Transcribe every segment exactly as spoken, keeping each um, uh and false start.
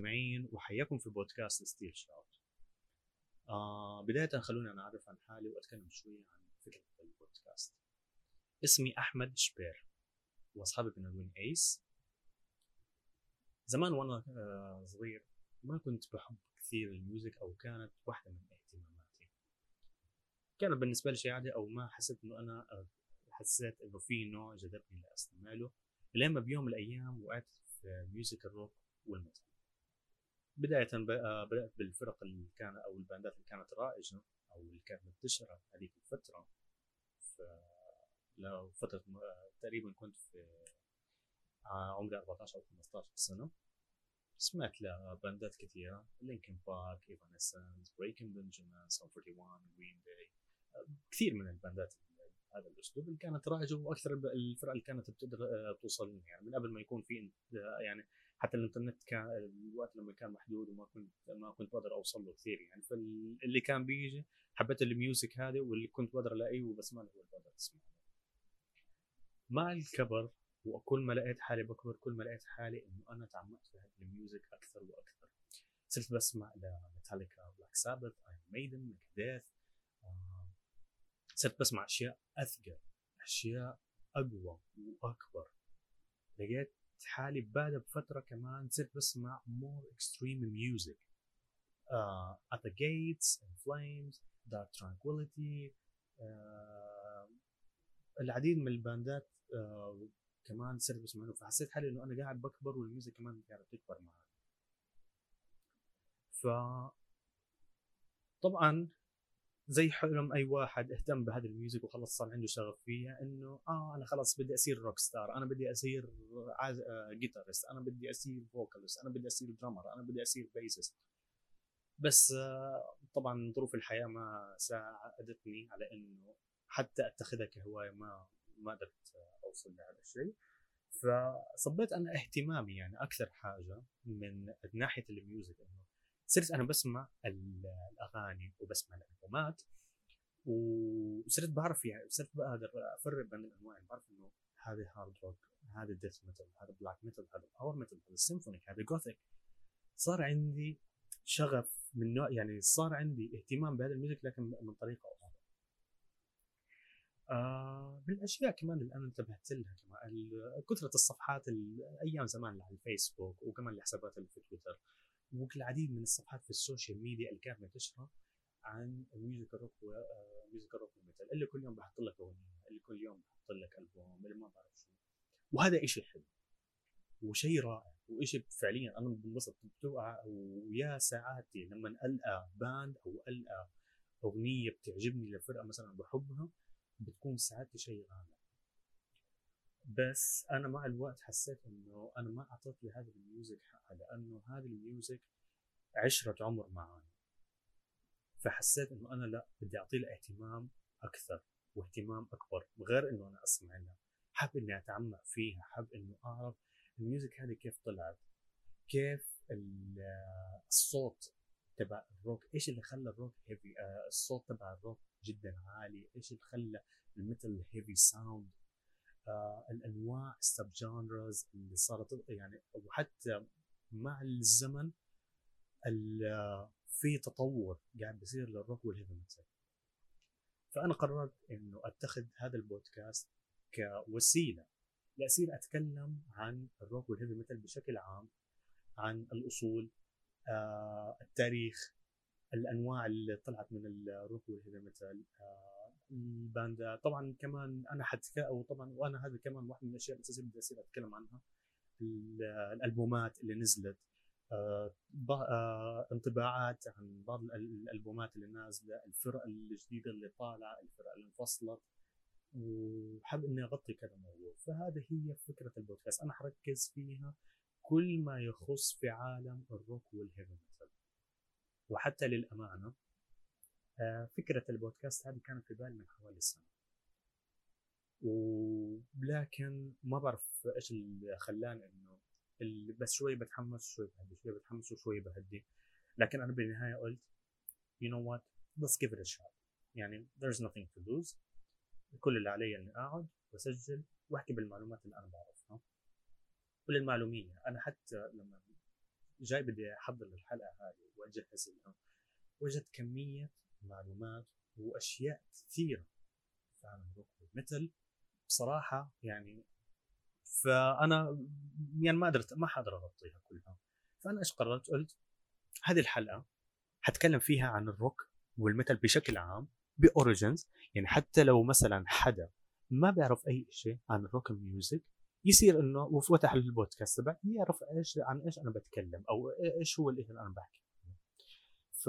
المستمعين، وحياكم في بودكاست ستيل شوت. آه بداية خلوني أنا أعرف عن حالي وأتكلم شوي عن فكرة البودكاست. اسمي أحمد شبير وأصحابي بينادوني أيس. زمان وأنا آه صغير ما كنت بحب كثير الميوزك، أو كانت واحدة من اهتماماتي. كانت بالنسبة لي شيء عادي، أو ما حسيت إنه أنا آه، حسيت إنه في نوع جذبني لأستمع له، لين ما بيوم من الأيام وقعت في ميوزك الروك والميتال. بداية ب- بدأت بالفرق اللي كان أو الباندات اللي كانت رائجة أو اللي كانت منتشرة هذيك الفترة. ف لو فترة م- تقريبا كنت في ع- عمري أربعتاشر أو خمستاشر سنة. سمعت لباندات كثيرة: لينكن بارك، ايفانسنس، بريكنج بنجامين، سم واحد وأربعين، جرين داي. كثير من الباندات هذا الاسلوب اللي كانت رائجه، واكثر الفرق اللي كانت بتقدر آه، توصل لنا يعني من قبل ما يكون في آه، يعني حتى الانترنت كان الوقت لما كان محدود، وما كنت ما كنت بقدر اوصل له كثير يعني. فاللي كان بيجي حبيت الميوزك هذه، واللي كنت بقدر الاقيه وبسمع له هو اللي بقدر اسمعه. مع الكبر وكل ما لقيت حالي بكبر، كل ما لقيت حالي انه انا تعمقت في هذه الميوزك اكثر واكثر. صرت بسمع لميتاليكا، بلاك سابث، ايرون ميدن، ميجاديث. صرت بسمع اشياء اثقل، اشياء اقوى واكبر. لقيت حالي بعد بفتره كمان صرت بسمع more extreme music. uh, At the Gates, In Flames, Dark Tranquility. uh, العديد من الباندات uh, كمان صرت بسمع له. فحسيت حالي انه انا قاعد بكبر والميوزك كمان قاعده تكبر معي. فطبعا زي حلم اي واحد اهتم بهذا الميوزك وخلص صار عنده شغف فيها، انه اه انا خلاص بدي اصير روك ستار، انا بدي اصير عاز... آه جيتارست، انا بدي اصير فوكالست، انا بدي اصير درامر، انا بدي اصير بيسست. بس آه طبعا ظروف الحياه ما ساعدتني على انه حتى اتخذها كهوايه. ما ما قدرت اوصل لهذا الشيء. فصبيت انا اهتمامي يعني اكثر حاجه من ناحيه الميوزك، انه صرت انا بسمع الاغاني وبسمع الالبومات، وصرت بعرف يعني صرت بقدر افرق بين الانواع. يعني بعرف انه هذا هارد روك، هذا ديث ميتال، هذا بلاك ميتال، هذا باور ميتال، هذا سيمفونيك، هذا جوثيك. صار عندي شغف من نوع، يعني صار عندي اهتمام بهذا الميوزك لكن من طريقه اخرى. آه بالاشياء كمان اللي انا انتبهت لها كمان ال- كثره الصفحات ال- ايام زمان اللي على الفيسبوك، وكمان الحسابات اللي في تويتر، والعديد من الصفحات في السوشيال ميديا اللي كانت منتشره عن ميوزك الروك وميوزك الروك والميتال، اللي كل يوم بحط لك اغنيه، اللي كل يوم بحط لك البوم، اللي ما بعرف شو. وهذا إشي حلو وشيء رائع وإشي فعليا انا بنبسط بتوقع. ويا ساعاتي لما القى باند او القى اغنيه بتعجبني لفرقه مثلا بحبها، بتكون سعادتي شيء غامض. بس انا مع الوقت حسيت انه انا ما اعطيت لهذا الميوزك حقها، لانه هذا الميوزك عشرة عمر معي. فحسيت انه انا لا، بدي اعطي لها اهتمام اكثر واهتمام اكبر، غير انه انا اسمع لها. حاب اني اتعمق فيها، حاب انه اعرف الميوزك هذه كيف طلعت، كيف الصوت تبع الروك، ايش اللي خلى الروك هيفي، آه الصوت تبع الروك جدا عالي، ايش اللي خلى الميتال هيفي ساوند. آه الانواع السب جانرز اللي صارت يعني، وحتى مع الزمن في تطور قاعد بيصير للروك والهيفي ميتال. فانا قررت انه اتخذ هذا البودكاست كوسيله لاصير اتكلم عن الروك والهيفي ميتال بشكل عام، عن الاصول، آه التاريخ، الانواع اللي طلعت من الروك والهيفي ميتال، آه الباندا. طبعا كمان انا حتكا او طبعا وانا هذا كمان واحد من الاشياء الاساسيه بدي اصير اتكلم عنها: الالبومات اللي نزلت، آه آه انطباعات عن بعض الالبومات اللي نازله، الفرق الجديده اللي طالعه، الفرق اللي انفصلت. وحاب اني اغطي كذا موضوع. فهذه هي فكره البودكاست، انا حركز فيها كل ما يخص في عالم الروك والهيفي ميتال. وحتى للامانه آه فكره البودكاست هذه كانت في بالي من حوالي سنه، ولكن ما بعرف ايش اللي خلاني انه اللي بس شوي بتحمس شوي بهدي، شوي بتحمس وشوي بهدي. لكن انا بالنهايه قلت you know what, let's give it a shot. يعني there's nothing to lose. كل اللي علي اني اقعد واسجل واحكي بالمعلومات اللي انا بعرفها وللمعلوميه. انا حتى لما جاي بدي احضر الحلقه هذه واجهز لها، وجدت كميه معلومات واشياء كثيره في عالم الروك والميتال بصراحه يعني. فانا يعني ما قدرت ما حقدر اغطيها كلها. فانا ايش قررت؟ قلت هذه الحلقه حتكلم فيها عن الروك والميتال بشكل عام باوريجنز، يعني حتى لو مثلا حدا ما بيعرف اي شيء عن الروك ميوزك يصير انه وفتح البودكاست تبعي يعرف ايش عن ايش انا بتكلم او ايش هو اللي انا بحكي. ف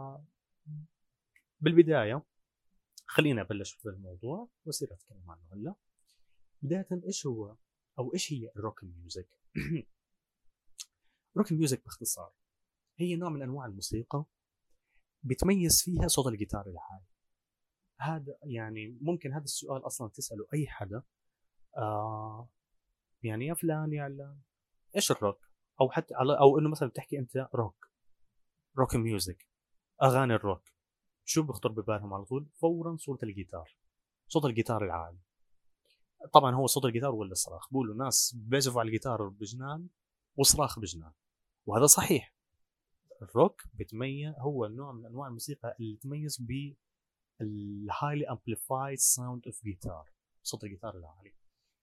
بالبدايه خلينا ابلش بالموضوع واصير اتكلم عنه هلا. بدايه ايش هو او ايش هي الروك ميوزك؟ روك ميوزك باختصار هي نوع من انواع الموسيقى بتميز فيها صوت الجيتار العالي. هذا يعني ممكن هذا السؤال اصلا تساله اي حدا، آه يعني يا فلان يا علان ايش الروك، او حتى على او انه مثلا بتحكي انت روك روك ميوزك اغاني الروك، شو بيخطر ببالهم على طول؟ فورا صوره الجيتار، صوت الجيتار العالي. طبعا هو صوت الجيتار ولا الصراخ، بقولوا ناس بيعزفوا على الجيتار بجنان وصراخ بجنان، وهذا صحيح. الروك بتميز هو نوع من انواع الموسيقى اللي تميز ب الهايلي امبليفايد ساوند اوف جيتار، صوت الجيتار العالي.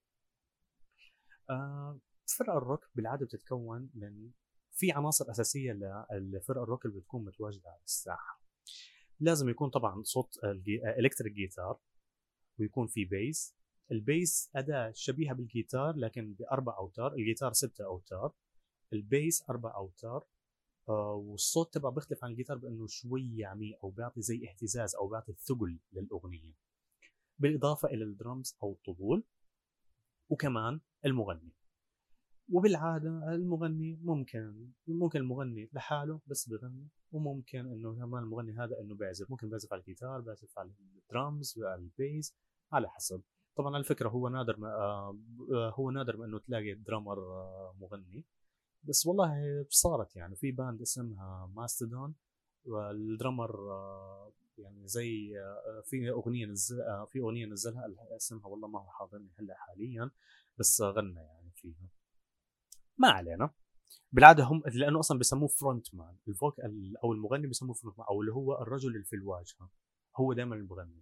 آه فرق الروك بالعاده بتتكون من في عناصر اساسيه لفرق الروك اللي بتكون متواجده على الساحه. لازم يكون طبعا صوت الكتريك جيتار، ويكون في بيس. البيس اداه شبيهه بالجيتار لكن باربع اوتار، الجيتار ستة اوتار، البيس اربع اوتار. آه والصوت تبعه بيختلف عن الجيتار بانه شوي عميق او بيعطي زي اهتزاز او بيعطي ثقل للاغنيه، بالاضافه الى الدرمز او الطبول، وكمان المغني. وبالعاده المغني ممكن ممكن المغني لحاله بس بغني، وممكن انه كمان المغني هذا انه بيعزف، ممكن بيعزف على الجيتار، بيعزف على الدرمز، على البيس، على حسب. طبعا على فكره هو نادر ما آه هو نادر ما انه تلاقي درامر آه مغني، بس والله صارت يعني في باند اسمها ماستودون، والدرامر آه يعني زي آه في اغنيه نزل آه في اغنيه نزلها اسمها والله ما هو حاضرني هلا حاليا، بس غنى يعني فيها. ما علينا. بالعاده هم لانه اصلا بسموه فرونت مان، الفوك او المغني بسموه فرونت مان، او اللي هو الرجل اللي في الواجهه، هو دائما المغني.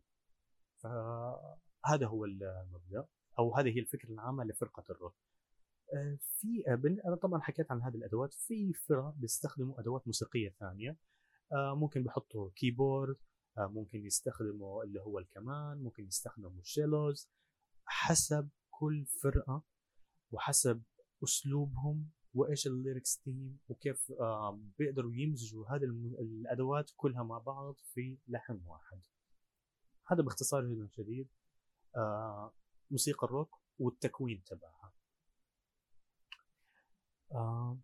فهذا هو المبدا، او هذه هي الفكره العامه لفرقه الروك. في انا طبعا حكيت عن هذه الادوات، في فرق بيستخدموا ادوات موسيقيه ثانيه، ممكن بيحطوا كيبورد، ممكن يستخدموا اللي هو الكمان، ممكن يستخدموا الشيلوز، حسب كل فرقه وحسب اسلوبهم وايش الليركس تيم وكيف آه بيقدروا يمزجوا هذه الادوات كلها مع بعض في لحن واحد. هذا باختصار جدا شديد آه موسيقى الروك والتكوين تبعها. آه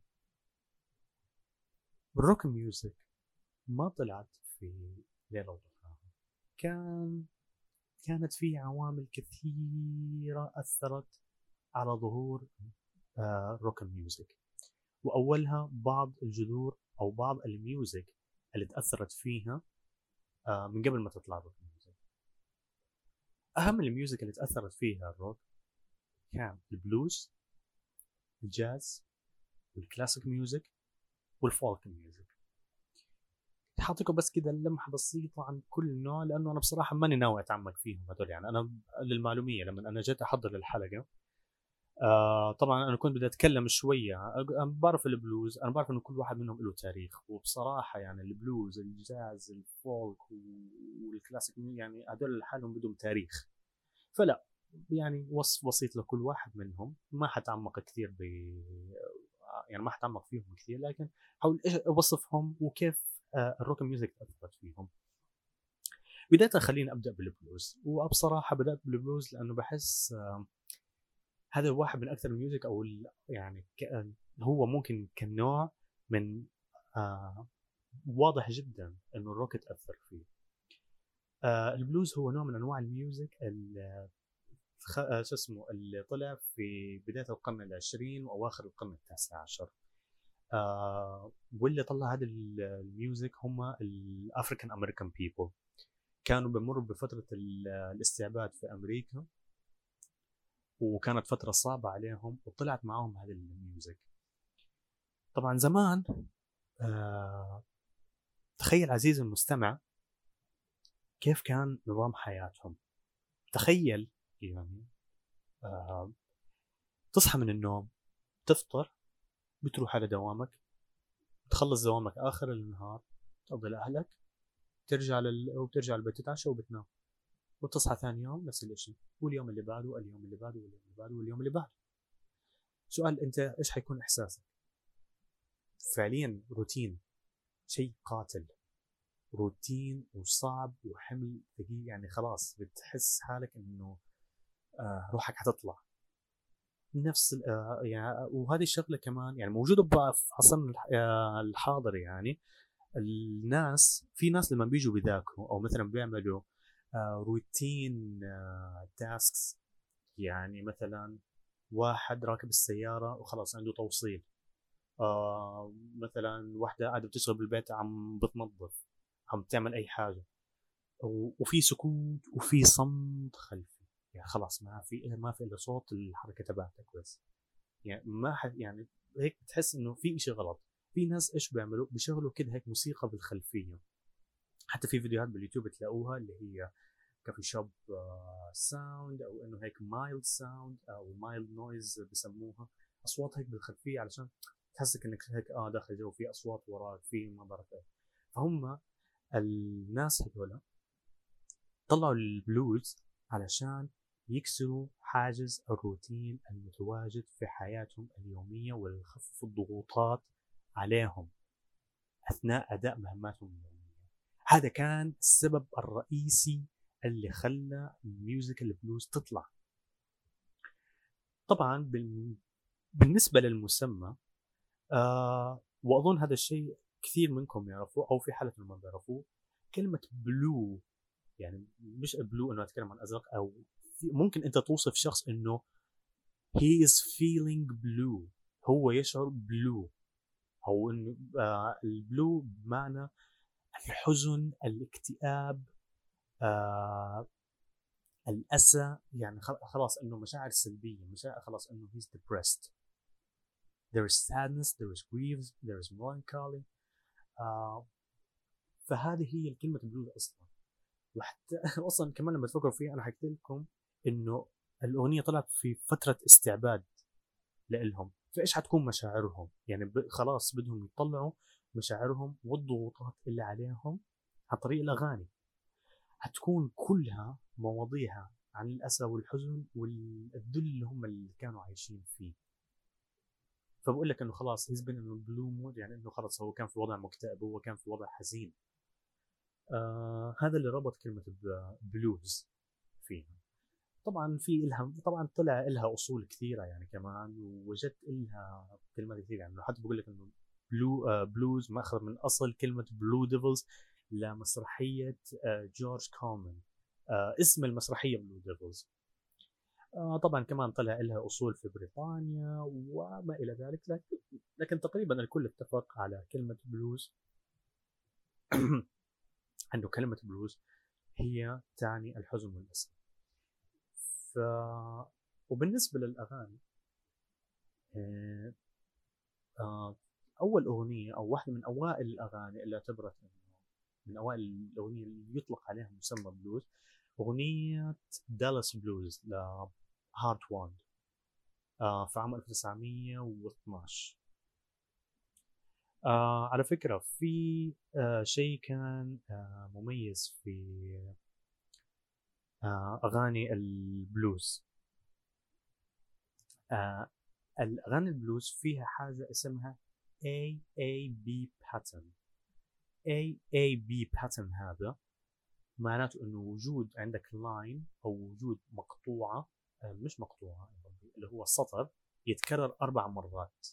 الروك ميوزك ما طلعت في ليلة وضحاها، كان كانت في عوامل كثيرة أثرت على ظهور آه روك ميوزك، واولها بعض الجذور او بعض الميوزك اللي تاثرت فيها آه من قبل ما تطلع الروك ميوزك. اهم الميوزك اللي تاثرت فيها الروك كان البلوز، الجاز، والكلاسيك ميوزك، والفولك ميوزك. حاعطيكم بس كده لمحه بسيطه عن كل نوع لانه انا بصراحه ماني ناوي اتعمق فيهم هذول. يعني انا للمعلوميه لما انا جيت احضر الحلقه آه طبعا انا كنت بدي اتكلم شويه، انا بعرف البلوز، انا بعرف انه كل واحد منهم له تاريخ، وبصراحه يعني البلوز، الجاز، الفولك والكلاسيك يعني هذول لحالهم بدهم تاريخ. فلا يعني وصف بسيط لكل واحد منهم، ما حتعمق كثير ب يعني ما حتعمق فيهم كثير، لكن حاول اوصفهم وكيف آه الروك ميوزك اثرت فيهم. بدايه خليني ابدا بالبلوز، وبصراحه بدات بالبلوز لانه بحس آه هذا واحد من اكثر الميوزك او يعني هو ممكن كنوع من آه واضح جدا انه الروك تاثر فيه. آه البلوز هو نوع من انواع الميوزك اللي آه شو اسمه اللي طلع في بدايه القرن العشرين واواخر القرن التاسع عشر. آه واللي طلع هذا الميوزك هم الافريكان امريكان بيبل، كانوا بمروا بفتره الاستعباد في امريكا، وكانت فترة صعبة عليهم وطلعت معاهم هذا الميوزك. طبعا زمان آه تخيل عزيزي المستمع كيف كان نظام حياتهم. تخيل يعني آه تصحى من النوم، تفطر، بتروح على دوامك، تخلص دوامك آخر النهار، تقضي لأهلك، ترجع لل... وبترجع البيت تتعشى وبتنام، وتصحى ثاني يوم نفس الشيء، واليوم اللي بعده اليوم اللي بعده واليوم اللي بعده واليوم اللي بعده. سؤال، انت ايش حيكون احساسك؟ فعليا روتين، شيء قاتل، روتين وصعب وحمل ثقيل، يعني خلاص بتحس حالك انه آه روحك حتطلع. نفس آه يعني وهذه الشغله كمان يعني موجوده في عصرنا آه الحاضر. يعني الناس، في ناس لما بيجوا بيذاكروا او مثلا بيعملوا آه روتين آه تاسكس، يعني مثلا واحد راكب السياره وخلاص عنده توصيل، آه مثلا واحده قاعده بتشتغل بالبيت عم بتنظف، عم تعمل اي حاجه، وفي سكوت وفي صمت خلفي، يعني خلاص ما في ما في الا صوت الحركه تبعتك بس. يعني ما حد يعني هيك بتحس انه في اشي غلط. في ناس ايش بيعملوا؟ بيشغلوا كده هيك موسيقى بالخلفيه، حتى في فيديوهات باليوتيوب تلاقوها اللي هي كافي شوب ساوند، او انه هيك مايلد ساوند او مايلد نويز بسموها، اصوات هيك بالخلفيه علشان تحسك انك هيك اه داخل جو، في اصوات وراك، في ما بعرف ايه. فهم الناس هذول طلعوا البلوز علشان يكسروا حاجز الروتين المتواجد في حياتهم اليومية ويخففوا الضغوطات عليهم أثناء أداء مهماتهم اليومية. هذا كان السبب الرئيسي اللي خلى ميوزك البلوز تطلع. طبعا بالنسبة للمسمى آه وأظن هذا الشيء كثير منكم يعرفوه، أو في حالة ما بيعرفوه، كلمة بلو يعني مش بلو انه اتكلم عن ازرق، او ممكن انت توصف شخص انه he is feeling blue، هو يشعر بلو، او انه آه البلو بمعنى الحزن، الاكتئاب، آه الاسى، يعني خلاص انه مشاعر سلبيه، مشاعر خلاص انه he's depressed. there is sadness, there is grief, there is melancholy. آه فهذه هي الكلمه بلو اصلا. وحتى اصلا كمان لما تفكروا فيها انا حكيت لكم انه الاغنيه طلعت في فتره استعباد لإلهم، فايش حتكون مشاعرهم؟ يعني خلاص بدهم يطلعوا مشاعرهم والضغوطات اللي عليهم عن طريق الاغاني، حتكون كلها مواضيعها عن الاسى والحزن والذل اللي هم اللي كانوا عايشين فيه. فبقول لك انه خلاص هيز بين انه بلو مود، يعني انه خلاص هو كان في وضع مكتئب، هو كان في وضع حزين. آه هذا اللي ربط كلمه بلوز فيها. طبعا في إلها طبعا طلع إلها أصول كثيرة يعني كمان، ووجدت إلها كلمات كثيرة، يعني حتى بقول لك إنه بلو آه بلوز مأخذ من أصل كلمة بلو ديفلز لمسرحية آه جورج كولمان، آه اسم المسرحية بلو ديفلز. آه طبعا كمان طلع إلها أصول في بريطانيا وما إلى ذلك، لكن, لكن تقريبا الكل اتفق على كلمة بلوز أنه كلمة بلوز هي تعني الحزن والأسى. ف وبالنسبة للأغاني آه، آه، أول أغنية أو واحدة من أوائل الأغاني اللي اعتبرت إنه من أوائل الأغنية اللي يطلق عليها مسمى بلوز، أغنية دالاس بلوز لهارت واند آه، في عام ألف وتسعمية واثناشر. آه على فكرة في آه شيء كان آه مميز في آه أغاني البلوز. آه الأغاني البلوز فيها حاجة اسمها A A B pattern. A A B pattern هذا معناته انه وجود عندك لاين او وجود مقطوعة، آه مش مقطوعة اللي هو سطر يتكرر اربع مرات.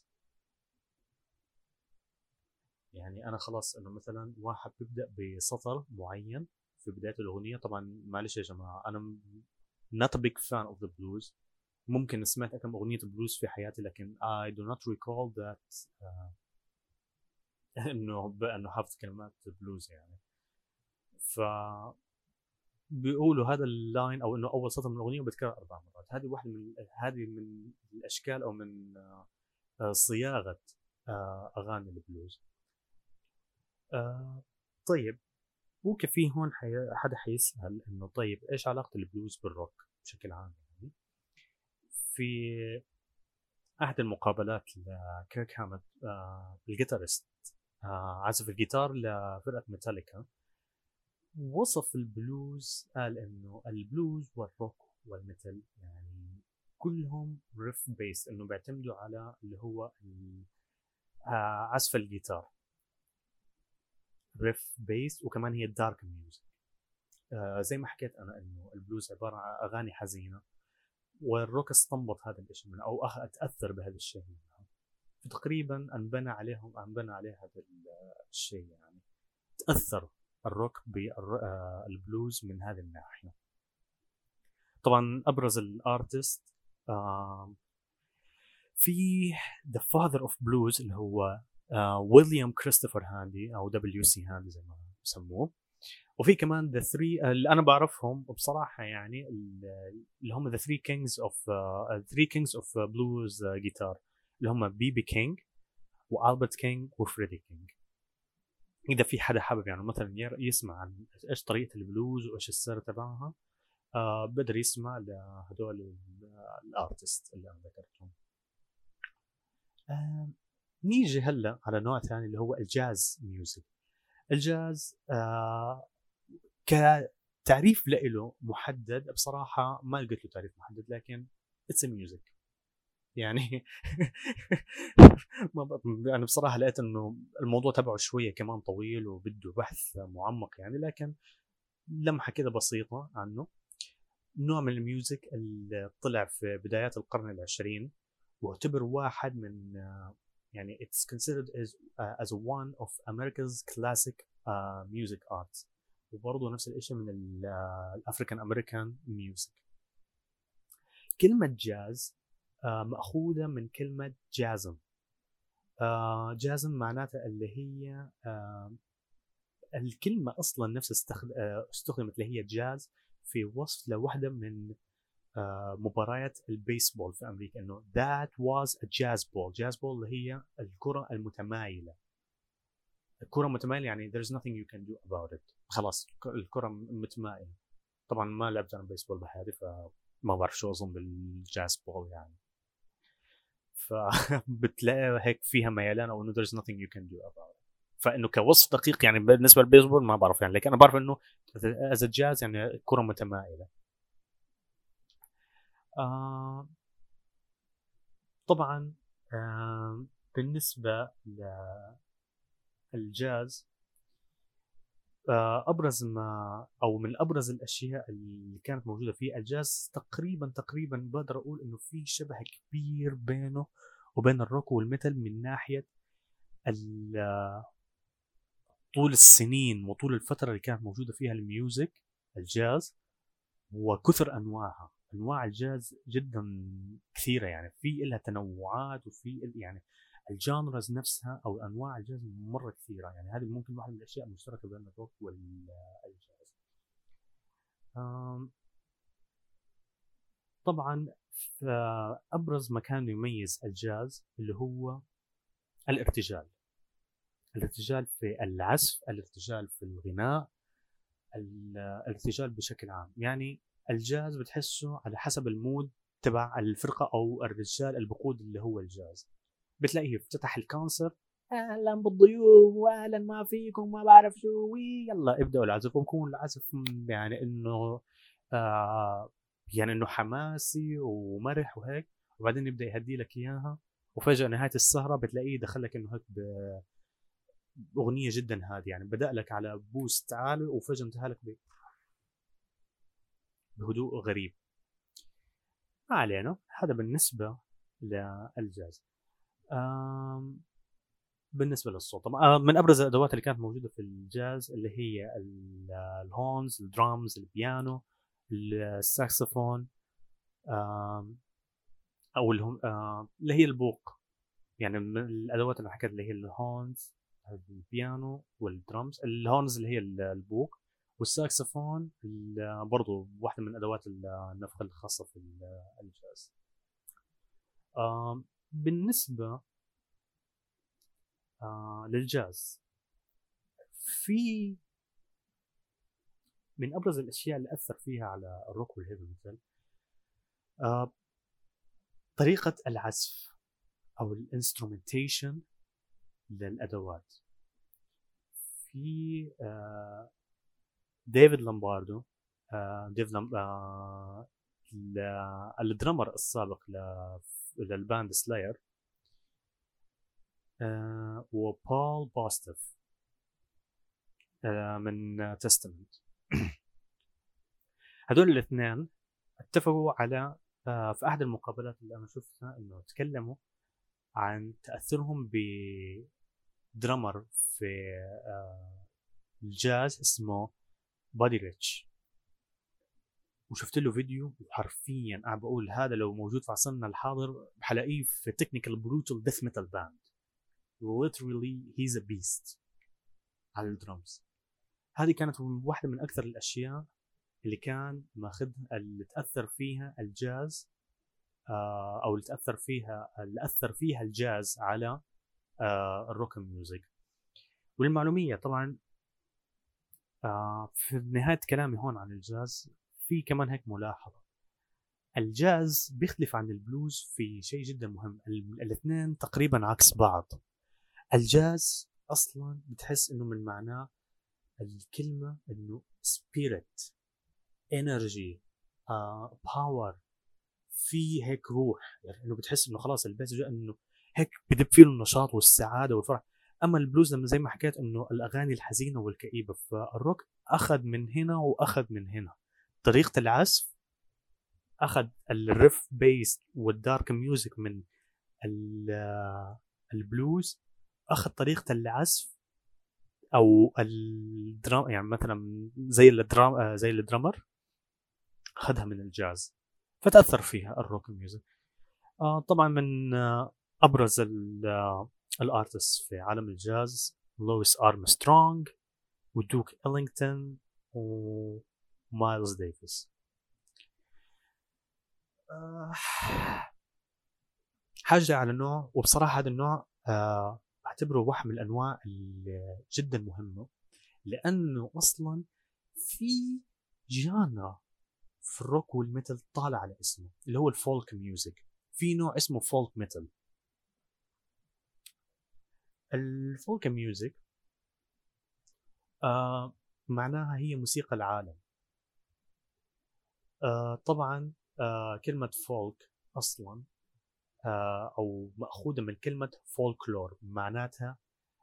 يعني انا خلاص انه مثلا واحد بيبدأ بسطر معين في بداية الاغنية. طبعا معلش يا جماعة انا not a big fan of the blues، ممكن سمعت كم اغنية بلوز في حياتي لكن I do not recall that uh, انه انه حافظ كلمات بلوز يعني. ف بيقولوا هذا اللاين او انه اول سطر من الاغنيه بتكرر اربع مرات. هذه واحده من هذه من الاشكال او من آه، صياغه آه اغاني البلوز. آه طيب، ممكن في هون حي... حدا حيسأل انه طيب ايش علاقة البلوز بالروك بشكل عام يعني. في احد المقابلات لكيرك هامت، آه الجيتارست، آه عازف الجيتار لفرقة ميتاليكا، وصف البلوز، قال انه البلوز والروك والميتال يعني كلهم ريف بيس، انه بيعتمدوا على اللي هو آه عزف الجيتار، ريف بيس، وكمان هي دارك ميوزك. آه زي ما حكيت انا انه البلوز عباره عن اغاني حزينه، والروك استنبط هذا الشيء منه، او أخ- اتاثر بهذا الشيء منه، فتقريبا انبنى عليهم انبنى عليه هذا الشيء يعني. تاثر الروك بالبلوز من هذه الناحيه. طبعا ابرز الارتست آه في ذا فاذر اوف بلوز اللي هو آه ويليام كريستوفر هاندي، او دبليو سي هاندي زي ما بسموه. وفي كمان ذا ثري اللي انا بعرفهم بصراحه يعني، اللي هم ذا ثري كينجز اوف ثري كينجز اوف بلوز جيتار، اللي هم بي بي كينج والبرت كينج وفريدي كينج. اذا في حدا حابب يعني مثلا يسمع عن ايش طريقه البلوز وايش السر تبعها، آه بقدر يسمع لهدول الارتست اللي انا ذكرتهم. آه نيجي هلا على نوع ثاني اللي هو الجاز ميوزك. الجاز آه كتعريف له محدد بصراحة ما لقيت له تعريف محدد، لكن اتس ميوزك يعني. ما انا بصراحة لقيت انه الموضوع تبعه شوية كمان طويل وبده بحث معمق يعني، لكن لمحة كده بسيطة عنه. نوع من الميوزك اللي طلع في بدايات القرن العشرين، واعتبر واحد من يعني it's considered as uh, as one of America's classic uh, music arts. وبرضه نفس الشيء من الافريكان امريكان ميوزك. كلمة جاز آه مأخوذة من كلمة جازم. آه جازم معناتها اللي هي آه الكلمة أصلا نفسها استخد... آه استخدمت اللي هي جاز في وصف لوحدة من آه مباريات البيسبول في أمريكا، إنه that was a jazz ball. jazz ball اللي هي الكرة المتمايلة. الكرة متمايلة يعني there's nothing you can do about it. خلاص الكرة متمايلة. طبعا ما لعبت انا بيسبول بحياتي، فما بعرف شو اظن بالجاز بول يعني. فبتلاقي هيك فيها ميلان، او انه there's nothing you can do about it. فانه كوصف دقيق يعني بالنسبه للبيسبول ما بعرف يعني، لكن انا بعرف انه از جاز يعني كره متمائله. آه طبعا آه بالنسبه للجاز، ابرز ما او من ابرز الاشياء اللي كانت موجوده في الجاز، تقريبا تقريبا بقدر اقول انه في شبه كبير بينه وبين الروك والميتال من ناحيه طول السنين وطول الفتره اللي كانت موجوده فيها الميوزك الجاز، وكثر انواعها. انواع الجاز جدا كثيره يعني، في لها تنوعات، وفي يعني الجانرز نفسها او انواع الجاز مره كثيره يعني. هذه ممكن واحده من الاشياء المشتركه بين الروك والجاز. طبعا ابرز ما كان يميز الجاز اللي هو الارتجال. الارتجال في العزف، الارتجال في الغناء، الارتجال بشكل عام يعني. الجاز بتحسه على حسب المود تبع الفرقه او الرجال البقود اللي هو الجاز. بتلاقيه افتتح الكونسرت اهلا بالضيوف واهلا ما فيكم ما بعرف شو، يلا ابداوا العزف، ويكون العزف يعني انه آه يعني انه حماسي ومرح وهيك، وبعدين يبدا يهدي لك اياها، وفجاه نهايه السهره بتلاقيه دخلك انه هيك باغنيه جدا هاديه يعني، بدا لك على بوست عالي وفجاه انتهى لك بهدوء غريب. ما علينا، هذا بالنسبه للجاز. بالنسبه للصوت طبعا من ابرز الادوات اللي كانت موجوده في الجاز اللي هي الهونز، الدرامز، البيانو، الساكسفون، او اللي هي البوق يعني. من الادوات اللي حكيت اللي هي الهونز، البيانو والدرامز. الهونز اللي هي البوق، والساكسفون برضو واحده من ادوات النفخ الخاصه في الجاز. بالنسبه آه للجاز. في من ابرز الاشياء اللي اثر فيها على الروك والهيفي ميتال آه طريقه العزف او الانسترومنتيشن للادوات. في آه ديفيد لامباردو، آه ديف لام آه الدرامر السابق للباند سلاير، آه وبول بوستف آه من تستمنت. هذول الاثنين اتفقوا على آه في احد المقابلات اللي انا شفتها انه تكلموا عن تاثرهم بدرامر في آه الجاز اسمه بادي ريتش. وشفت له فيديو وحرفيا انا بقول هذا لو موجود في عصرنا الحاضر حلاقيه في تكنيكال بروتال ديث ميتال باند. literally he's a beast على الدرمز. هذه كانت واحدة من أكثر الأشياء اللي كان ماخذ اللي تأثر فيها الجاز آه أو اللي تأثر فيها اللي أثر فيها الجاز على آه الروك ميوزك. وللمعلومية طبعا آه في نهاية كلامي هون عن الجاز في كمان هيك ملاحظة. الجاز بيختلف عن البلوز في شيء جدا مهم. الاثنين تقريبا عكس بعض. الجاز أصلا بتحس إنه من معناه الكلمة إنه spirit energy uh, power، في هيك روح، يعني إنه بتحس إنه خلاص البيت جاء إنه هيك بدب فيه النشاط والسعادة والفرح. أما البلوز لما زي ما حكيت إنه الأغاني الحزينة والكئيبة، فالروك أخذ من هنا وأخذ من هنا. طريقة العزف أخذ الريف بيس والدارك ميوزك من البلوز، أخذ طريقة العزف او الدرام يعني مثلا زي الدرام زي الدرامر اخذها من الجاز فتاثر فيها الروك ميوزك. آه طبعا من آه ابرز الارتست في عالم الجاز لويس ارمسترونغ ودوك إلينغتون ومايلز ديفيس. آه حاجه على النوع، وبصراحه هذا النوع آه اعتبره واحد من الانواع اللي جدا مهمه، لانه اصلا في جانرا في الروك والميتال طالع على اسمه اللي هو الفولك ميوزك. في نوع اسمه فولك ميتال. الفولك ميوزك آه معناها هي موسيقى العالم. آه طبعا آه كلمة فولك أصلا آه أو مأخوذة من كلمة فولكلور، معناتها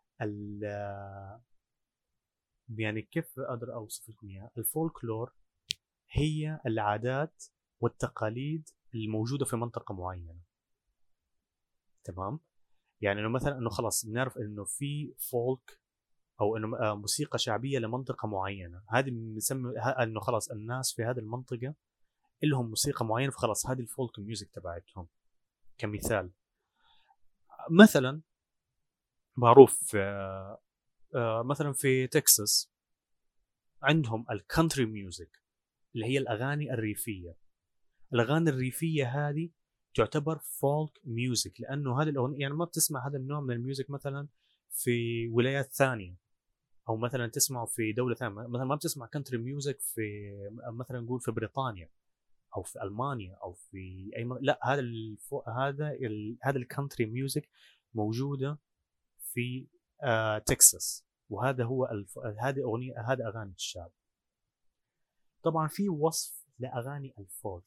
يعني كيف أقدر أوصف لكم إياها؟ الفولكلور هي العادات والتقاليد الموجودة في منطقة معينة. تمام؟ يعني انه مثلا انه خلاص بنعرف انه في فولك او انه موسيقى شعبيه لمنطقه معينه، هذه بنسمي انه خلاص الناس في هذه المنطقه لهم موسيقى معينه، فخلاص هذه الفولك ميوزك تبعتهم. كمثال مثلا معروف مثلا في تكساس عندهم الكونتري ميوزك اللي هي الاغاني الريفيه. الاغاني الريفيه هذه تعتبر فولك ميوزك، لانه هذه الاغنيه يعني ما بتسمع هذا النوع من الميوزك مثلا في ولايات ثانيه، او مثلا تسمعه في دوله ثانيه. مثلا ما بتسمع كونتري ميوزك في مثلا نقول في بريطانيا او في المانيا او في اي م... لا هذا الفو... هذا ال... هذا الكونتري ميوزك موجوده في آه... تكساس، وهذا هو الف... هذه اغنيه هذا اغاني الشعب. طبعا في وصف لاغاني الفولك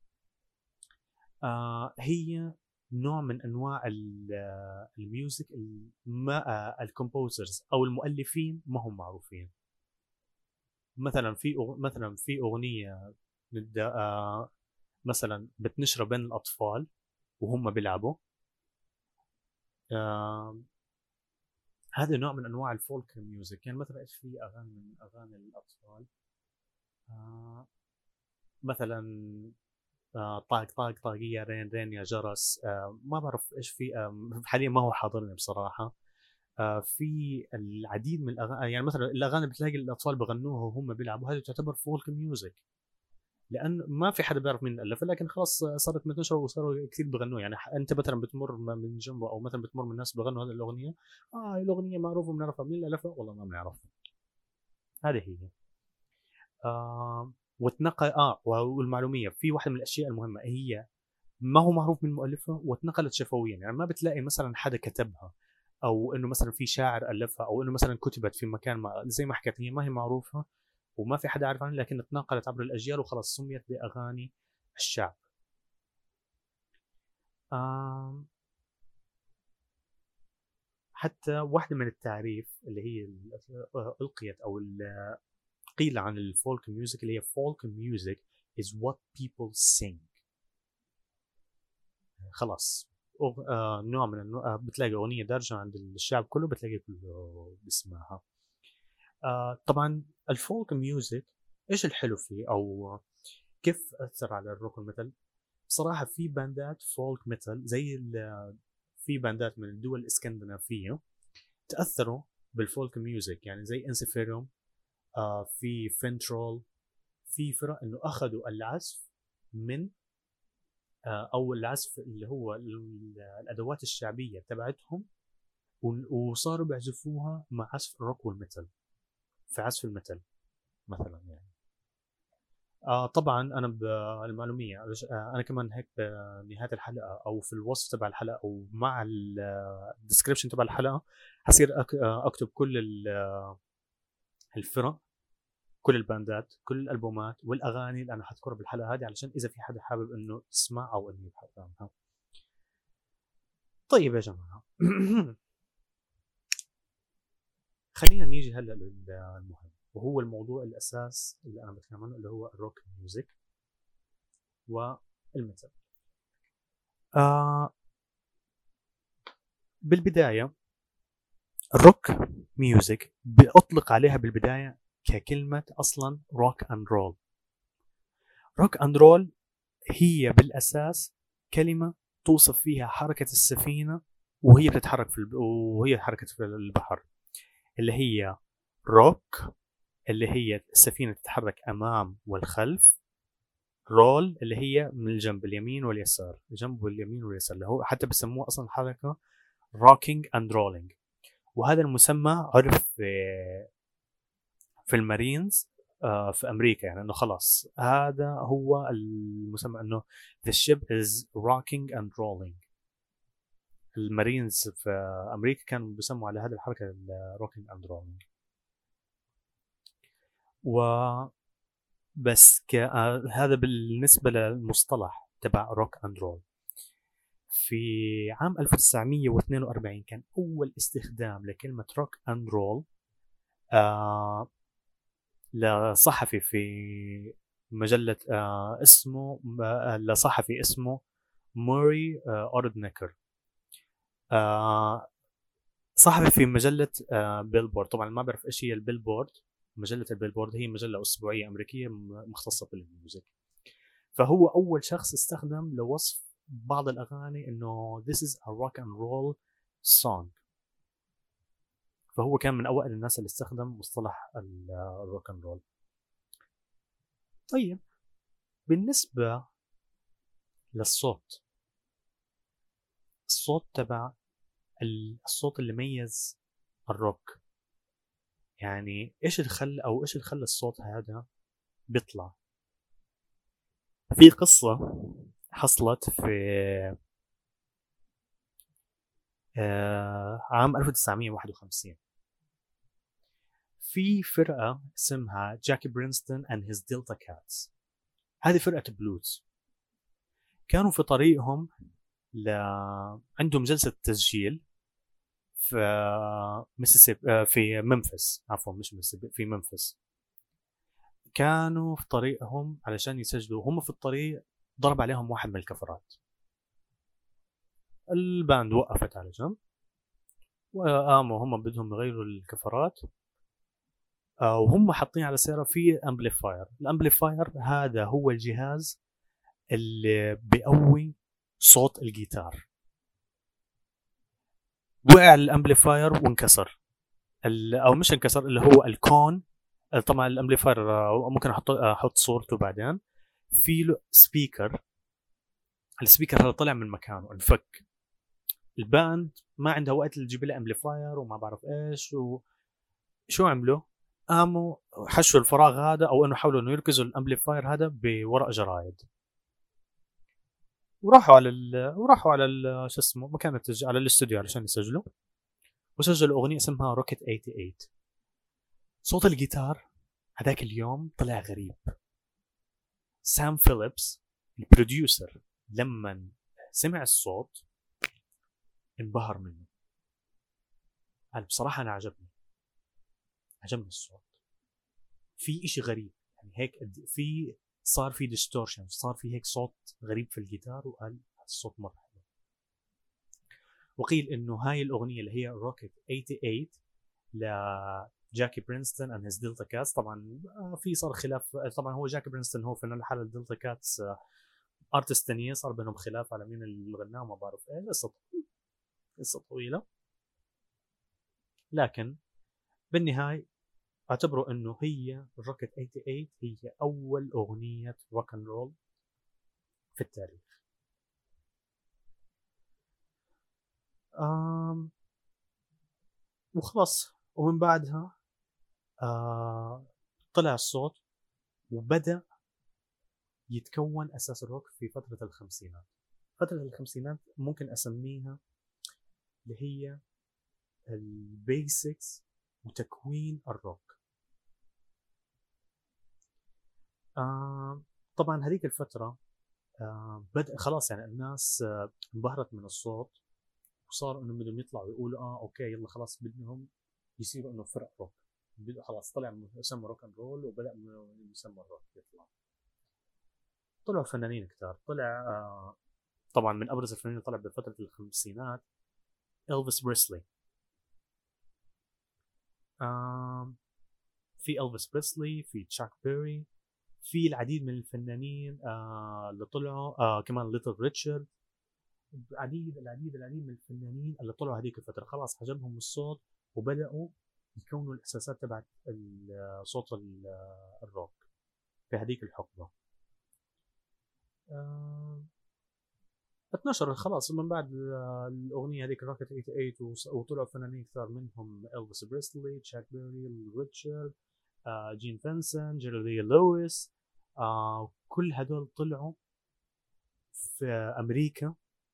آه هي نوع من انواع الميوزك ما الكومبوزرز او المؤلفين ما هم معروفين. مثلا في مثلا في اغنيه آه مثلا بتنشر بين الاطفال وهم بيلعبوا، آه هذا نوع من انواع الفولك ميوزك. يعني مثلا ايش في اغاني من اغاني الاطفال آه مثلا آه طاق طاق طاقية رين رين يا جرس. آه ما بعرف ايش في آه حاليا ما هو حاضرني بصراحة. آه في العديد من الاغاني، يعني مثلا الاغاني بتلاقي الاطفال بغنوها وهم بيلعبوا، هذه تعتبر فولك ميوزك. لأن ما في حدا بيعرف مين ألفها، لكن خلاص صارت منتشرة وصاروا كثير بغنوها. يعني أنت مثلا بتمر من جنبه أو مثلا بتمر من الناس بغنوا هذه الأغنية، آه هي الأغنية معروفة بنعرفها، مين اللي ألفها والله ما بنعرف. هذه هي. آه واتنقل اه والمعلومية في واحدة من الأشياء المهمة هي ما هو معروف من مؤلفها واتنقلت شفويا. يعني ما بتلاقي مثلا حدا كتبها، او انه مثلا في شاعر الفها، او انه مثلا كتبت في مكان ما، زي ما حكيت هي ما هي معروفه وما في حدا عارف عنها، لكن اتنقلت عبر الاجيال وخلاص سميت باغاني الشعب. آم حتى واحدة من التعريف اللي هي ألقيت أو قيل عن الفولك ميوزك اللي هي folk music is what people sing. خلاص أغ... آه نوع من النوع آه بتلاقي أغنية دارجة عند الشعب كله بتلاقي كله بيسمعها. آه طبعا الفولك ميوزك إيش الحلو فيه أو كيف أثر على الروك والميتال؟ بصراحة في باندات فولك ميتال زي في باندات من الدول الإسكندنافية تأثروا بالفولك ميوزك، يعني زي انسفيروم، آه في فنترول، في فرق إنه أخذوا العزف من او العزف اللي هو الادوات الشعبيه تبعتهم وصاروا بيعزفوها مع عزف الروك والميتال في عزف الميتال مثلا. يعني آه طبعا انا بالمعلوميه آه انا كمان هيك بنهايه الحلقه او في الوصف تبع الحلقه او مع الديسكربشن تبع الحلقه حصير اكتب كل الفرق، كل الباندات، كل الالبومات والاغاني اللي انا حذكرها بالحلقه هذه، علشان اذا في حدا حابب انه يسمع او انه يبحث عنها. طيب يا جماعه خلينا نيجي هلا للمهم وهو الموضوع الاساس اللي انا بتكلم عنه اللي هو الروك ميوزك والميتال. آه بالبدايه الروك ميوزك بأطلق عليها بالبدايه ككلمه اصلا روك اند رول. روك اند رول هي بالاساس كلمه توصف فيها حركه السفينه وهي بتتحرك في الب... وهي حركه في البحر، اللي هي روك اللي هي السفينة تتحرك أمام والخلف، رول اللي هي من الجنب اليمين واليسار، الجنب واليمين واليسار، اللي هو حتى بسموه أصلا حركة rocking and rolling. وهذا المسمى عرف في في المارينز في أمريكا، يعني أنه خلاص هذا هو المسمى، أنه the ship is rocking and rolling. المارينز في أمريكا كانوا بيسموا على هذه الحركة rocking and rolling. و بس ك... آه هذا بالنسبة للمصطلح تبع روك اند رول. في عام ألف وتسعمية واثنين وأربعين كان أول استخدام لكلمة روك اند رول آه لصحفي في مجلة آه اسمه آه لصحفي اسمه موري آه أوردنيكر، آه صحفي في مجلة آه بيلبورد. طبعا ما بعرف ايش هي البيلبورد. مجلة البيلبورد هي مجلة أسبوعية أمريكية مختصة بالميوزك. فهو أول شخص استخدم لوصف بعض الأغاني إنه this is a rock and roll song. فهو كان من أوائل الناس اللي استخدم مصطلح الروك اند رول. طيب بالنسبة للصوت، الصوت تبع الصوت اللي ميز الروك، يعني إيش الخل أو إيش الخل الصوت هذا بيطلع. في قصة حصلت في آه عام ألف وتسعمية وواحد وخمسين. في فرقة اسمها جاكي برينستون and his Delta Cats. هذه فرقة بلوز. كانوا في طريقهم ل... عندهم جلسة تسجيل في ميسيسيبي في منفس، عفوا مش ميسيسيبي، في منفس. كانوا في طريقهم علشان يسجلوا، هم في الطريق ضرب عليهم واحد من الكفرات. الباند وقفت على جنب وقاموا هم بدهم يغيروا الكفرات، وهم حاطين على سيارة في امبليفاير. الامبليفاير هذا هو الجهاز اللي بيقوي صوت الجيتار. وقع الامبليفاير وانكسر، او مش انكسر، اللي هو الكون. طبعا الامبليفاير ممكن احط احط صورته بعدين. في له سبيكر، السبيكر هذا طلع من مكانه انفك. الباند ما عندها وقت تجيب له امبليفاير وما بعرف ايش، وشو عملوا؟ قاموا حشوا الفراغ هذا، او انه حاولوا انه يركزوا الامبليفاير هذا بورق جرايد، وراحوا على ال... وراحوا على ال... شو اسمه مكان التسجيل، على الاستوديو علشان يسجلوا، وسجلوا اغنيه اسمها روكيت ثمانية وثمانين. صوت الجيتار هذاك اليوم طلع غريب. سام فيليبس البروديوسر لما سمع الصوت انبهر منه، قال بصراحه انا عجبني عجبني الصوت، في اشي غريب يعني هيك، في صار في ديستورشن، صار في هيك صوت غريب في الجيتار، وقال الصوت مره حلو. وقيل انه هاي الاغنيه اللي هي روكيت ثمانية وثمانين لجاكي برينستون اند هيز دلتا كاتس، طبعا في صار خلاف، طبعا هو جاكي برينستون هو فنان الحاله، الدلتا كاتس ارتست ثانيه صار بينهم خلاف على مين اللي غناه ما بعرف ايه، قصه قصه طويله. لكن بالنهايه اعتبروا انه هي روكيت ثمانية وثمانين هي اول اغنيه روك اند رول في التاريخ. آم وخلص، ومن بعدها آه طلع الصوت وبدأ يتكون أساس الروك في فترة الخمسينات. فترة الخمسينات ممكن أسميها اللي هي البيسكس وتكوين الروك. آه طبعا هذيك الفترة آه بدأ خلاص يعني الناس آه انبهرت من الصوت، وصار انه بدهم يطلعوا يقولوا اه اوكي يلا خلاص بدهم يصيروا انه فرق روك، بدأ خلاص طلع مسمى روك اند رول وبدأ انه يسمى الروك يطلع. طلعوا فنانين كتار، طلع آه طبعا من ابرز الفنانين اللي طلع بفتره الخمسينات إلفيس بريسلي. آه في إلفيس بريسلي، في تشاك بيري، في العديد من الفنانين آه اللي طلعوا، آه كمان ليتل ريتشارد، العديد العديد العديد من الفنانين اللي طلعوا هذيك الفتره خلاص عجبهم الصوت وبداوا يكونوا الاساسات تبع صوت الروك في هذيك الحقبه. آه اتنشر خلاص من بعد الاغنيه هذيك روكيت ثمانية وثمانين، وطلعوا فنانين كثار منهم إلفيس بريسلي، تشاك بيري، ريتشارد، آه جين فينسن، جيري لي لويس، آه كل هدول طلعوا في امريكا،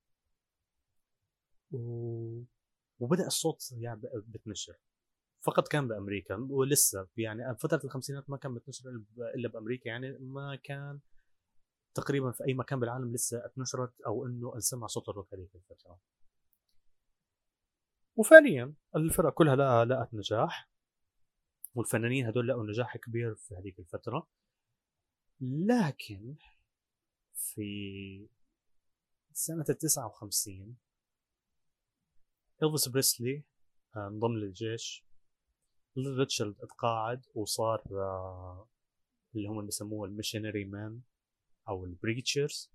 و... وبدا الصوت يعني بتنشر. فقط كان بامريكا ولسه يعني فتره الخمسينات ما كان بتنشر الا بامريكا، يعني ما كان تقريبا في اي مكان بالعالم لسه اتنشرت او انه انسمع صوت الروك هذيك الفتره. وفعليا الفرق كلها لقى لقت نجاح، والفنانين هدول لقوا نجاح كبير في هذيك الفتره. لكن في سنه التسعة وخمسين إلفيس بريسلي انضم للجيش، ريتشارد اتقاعد وصار اللي هم بيسموه الميشنري مان او البريتشرز.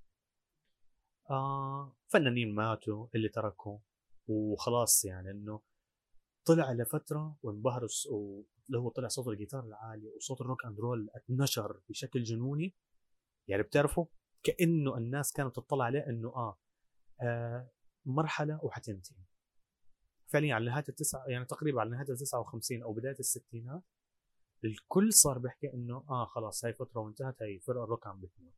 آه فنانين ماتوا اللي تركوا، وخلاص يعني انه طلع لفتره وانبهر، اللي هو طلع صوت الجيتار العالي وصوت الروك اند رول اتنشر بشكل جنوني. يعني بتعرفوا كانه الناس كانت تطلع عليه انه آه, اه مرحله وحتنتهي فعليا على نهايه التسعه، يعني تقريبا على نهايه التسعة وخمسين او بدايه الستينات الكل صار بيحكي انه اه خلاص هاي فتره وانتهت، هاي فرق الروك عم بتموت.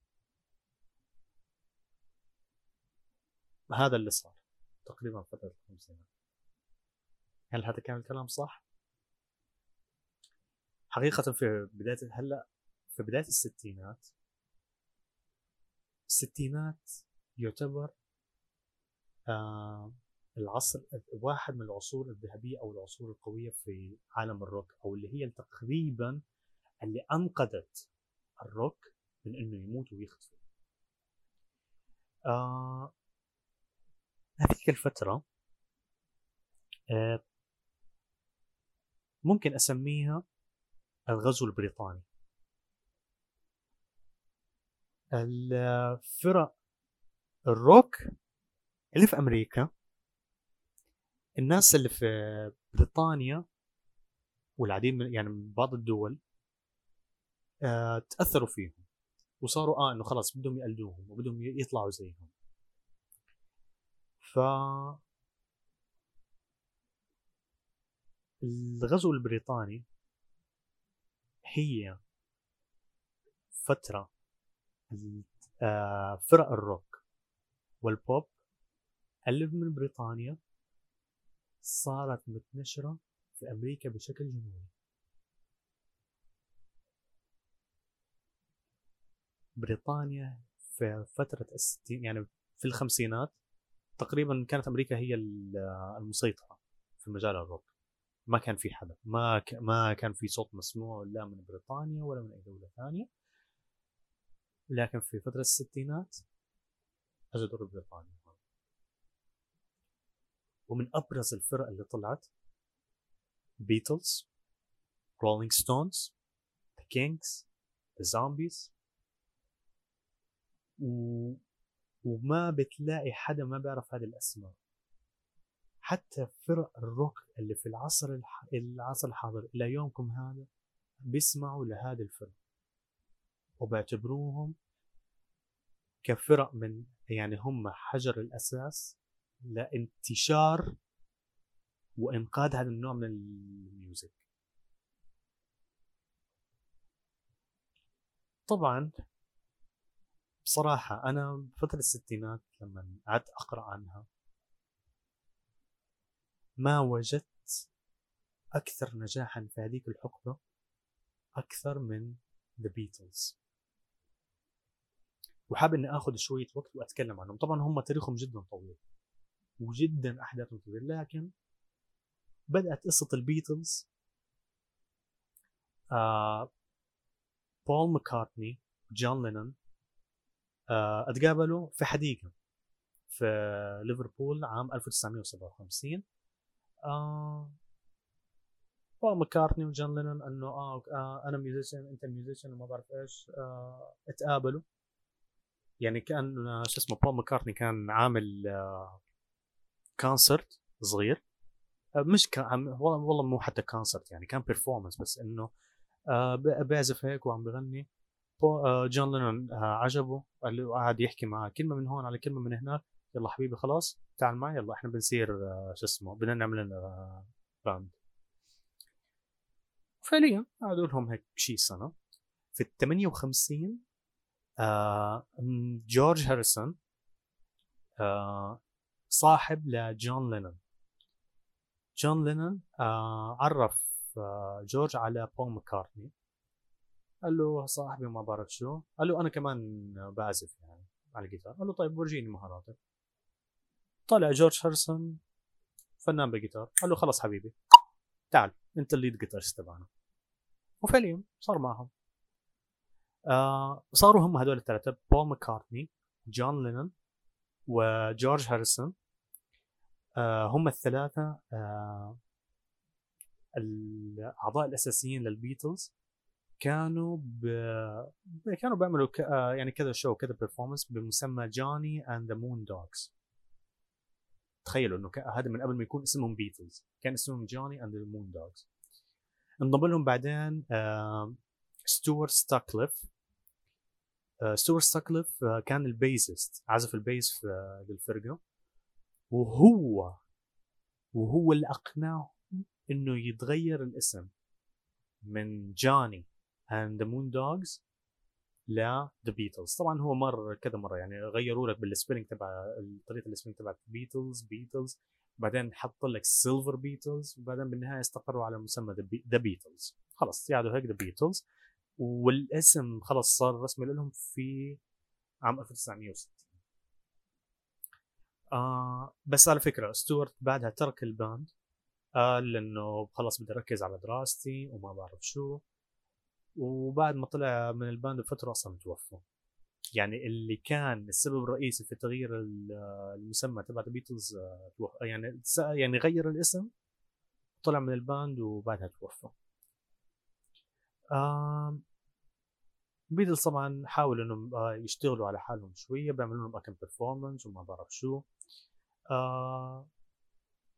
هذا اللي صار تقريبا فتره الخمسينات. هل هذا كان الكلام صح؟ حقيقة في بداية هلا في بداية الستينات، الستينات يعتبر آه العصر واحد من العصور الذهبية أو العصور القوية في عالم الروك، أو اللي هي تقريبا اللي أنقذت الروك من إنه يموت ويختفي. آه هذيك الفترة آه ممكن أسميها الغزو البريطاني. الفرق الروك اللي في أمريكا، الناس اللي في بريطانيا والعديد من يعني من بعض الدول آه تأثروا فيهم، وصاروا اه انه خلاص بدهم يقلدوهم وبدهم يطلعوا زيهم. ف الغزو البريطاني هي فترة فرق الروك والبوب اللي من بريطانيا صارت متنشرة في أمريكا بشكل جنوني. بريطانيا في فترة الستين يعني في الخمسينات تقريبا كانت أمريكا هي المسيطرة في مجال الروك. ما كان في حدا، ما ك... ما كان في صوت مسموع لا من بريطانيا ولا من أي دولة ثانية. لكن في فترة الستينات أجى دور بريطانيا، ومن أبرز الفرق اللي طلعت بيتلز، رولينج ستونز، ذا كينجز، ذا زومبيز، و... وما بتلاقي حدا ما بيعرف هذه الأسماء. حتى فرق الروك اللي في العصر الح... العصر الحاضر إلى يومكم هذا بيسمعوا لهذه الفرق وبيعتبروهم كفرق من يعني هم حجر الأساس لانتشار وإنقاذ هذا النوع من الميوزك. طبعا بصراحة أنا بفترة الستينات لما قعدت أقرأ عنها ما وجدت أكثر نجاحا في هذيك الحقبة أكثر من The Beatles. وحاب إني أخذ شوية وقت وأتكلم عنهم. طبعا هم تاريخهم جدا طويل وجدا أحداثهم كبيرة، لكن بدأت قصة البيتلز آه بول ماكارتني وجون لينون آه اتقابلوا في حديقة في ليفربول عام ألف وتسعمية وسبعة وخمسين. آه بول ماكارتني وجون لينون انه آه, آه انا ميوزيشن انت ميوزيشن وما بعرف ايش آه اتقابلوا. يعني كان آه شو اسمه بول ماكارتني كان عامل آه كونسرت صغير، آه مش كان والله مو حتى كونسرت، يعني كان بيرفورمانس بس انه آه بيعزف هيك وعم بغني. آه جون لينون آه عجبه، قال له قاعد يحكي معاه كلمه من هون على كلمه من هناك، يلا حبيبي خلاص تعال معي، يلا احنا بنصير آه شو اسمه بدنا نعمل لنا آه باند. فعليا قعدوا لهم هيك شي سنه. في ال ثمانية وخمسين آه جورج هاريسون آه صاحب لجون لينون. جون لينون آه عرف آه جورج على بول ماكارتني، قال له صاحبي وما بعرف شو، قال له انا كمان بعزف يعني على الجيتار. قال له طيب ورجيني مهاراتك. طلع جورج هاريسون فنان بالجيتار، قال له خلص حبيبي تعال انت الليد جيتارست تبعنا. وفعليا صار معهم. آه صاروا هم هذول الثلاثه بول ماكارتني جون لينون وجورج هاريسون آه هم الثلاثه آه الاعضاء الاساسيين للبيتلز. كانوا ب... كانوا بيعملوا ك... آه يعني كذا شو كذا بيرفورمانس بمسمى جوني اند ذا مون دوغز. تخيلوا انه ك... هذا من قبل ما يكون اسمهم بيتلز كان اسمهم جوني اند ذا مون دوغز. انضم لهم بعدين آه ستوارت ستاكليف. آه ستوارت ستاكليف آه كان البيسست، عزف البيس آه للفرقه، وهو وهو اللي اقنعه انه يتغير الاسم من جوني اند ذا مون دوغز ل ذا بيتلز. طبعا هو مر كذا مره يعني غيروا لك بالسبيلنج تبع طريقه السبيلنج تبع بيتلز بيتلز، بعدين حط لك سيلفر بيتلز، وبعدين بالنهايه استقروا على مسمى ذا بيتلز. خلص قعدوا هيك ذا بيتلز، والاسم خلص صار رسمي لهم في عام ألف وتسعمية وستين. آه بس على فكره ستوارت بعدها ترك الباند، قال انه خلص بدي اركز على دراستي وما بعرف شو. وبعد ما طلع من الباند بفتره اصلا توفى. يعني اللي كان السبب الرئيسي في تغيير المسمى تبع ذا بيتلز يعني يعني غير الاسم، طلع من الباند وبعدها توفى. بيتلز طبعا حاولوا انهم يشتغلوا على حالهم شويه، بيعملوا لهم اكن بيرفورمانس وما بعرف شو. آه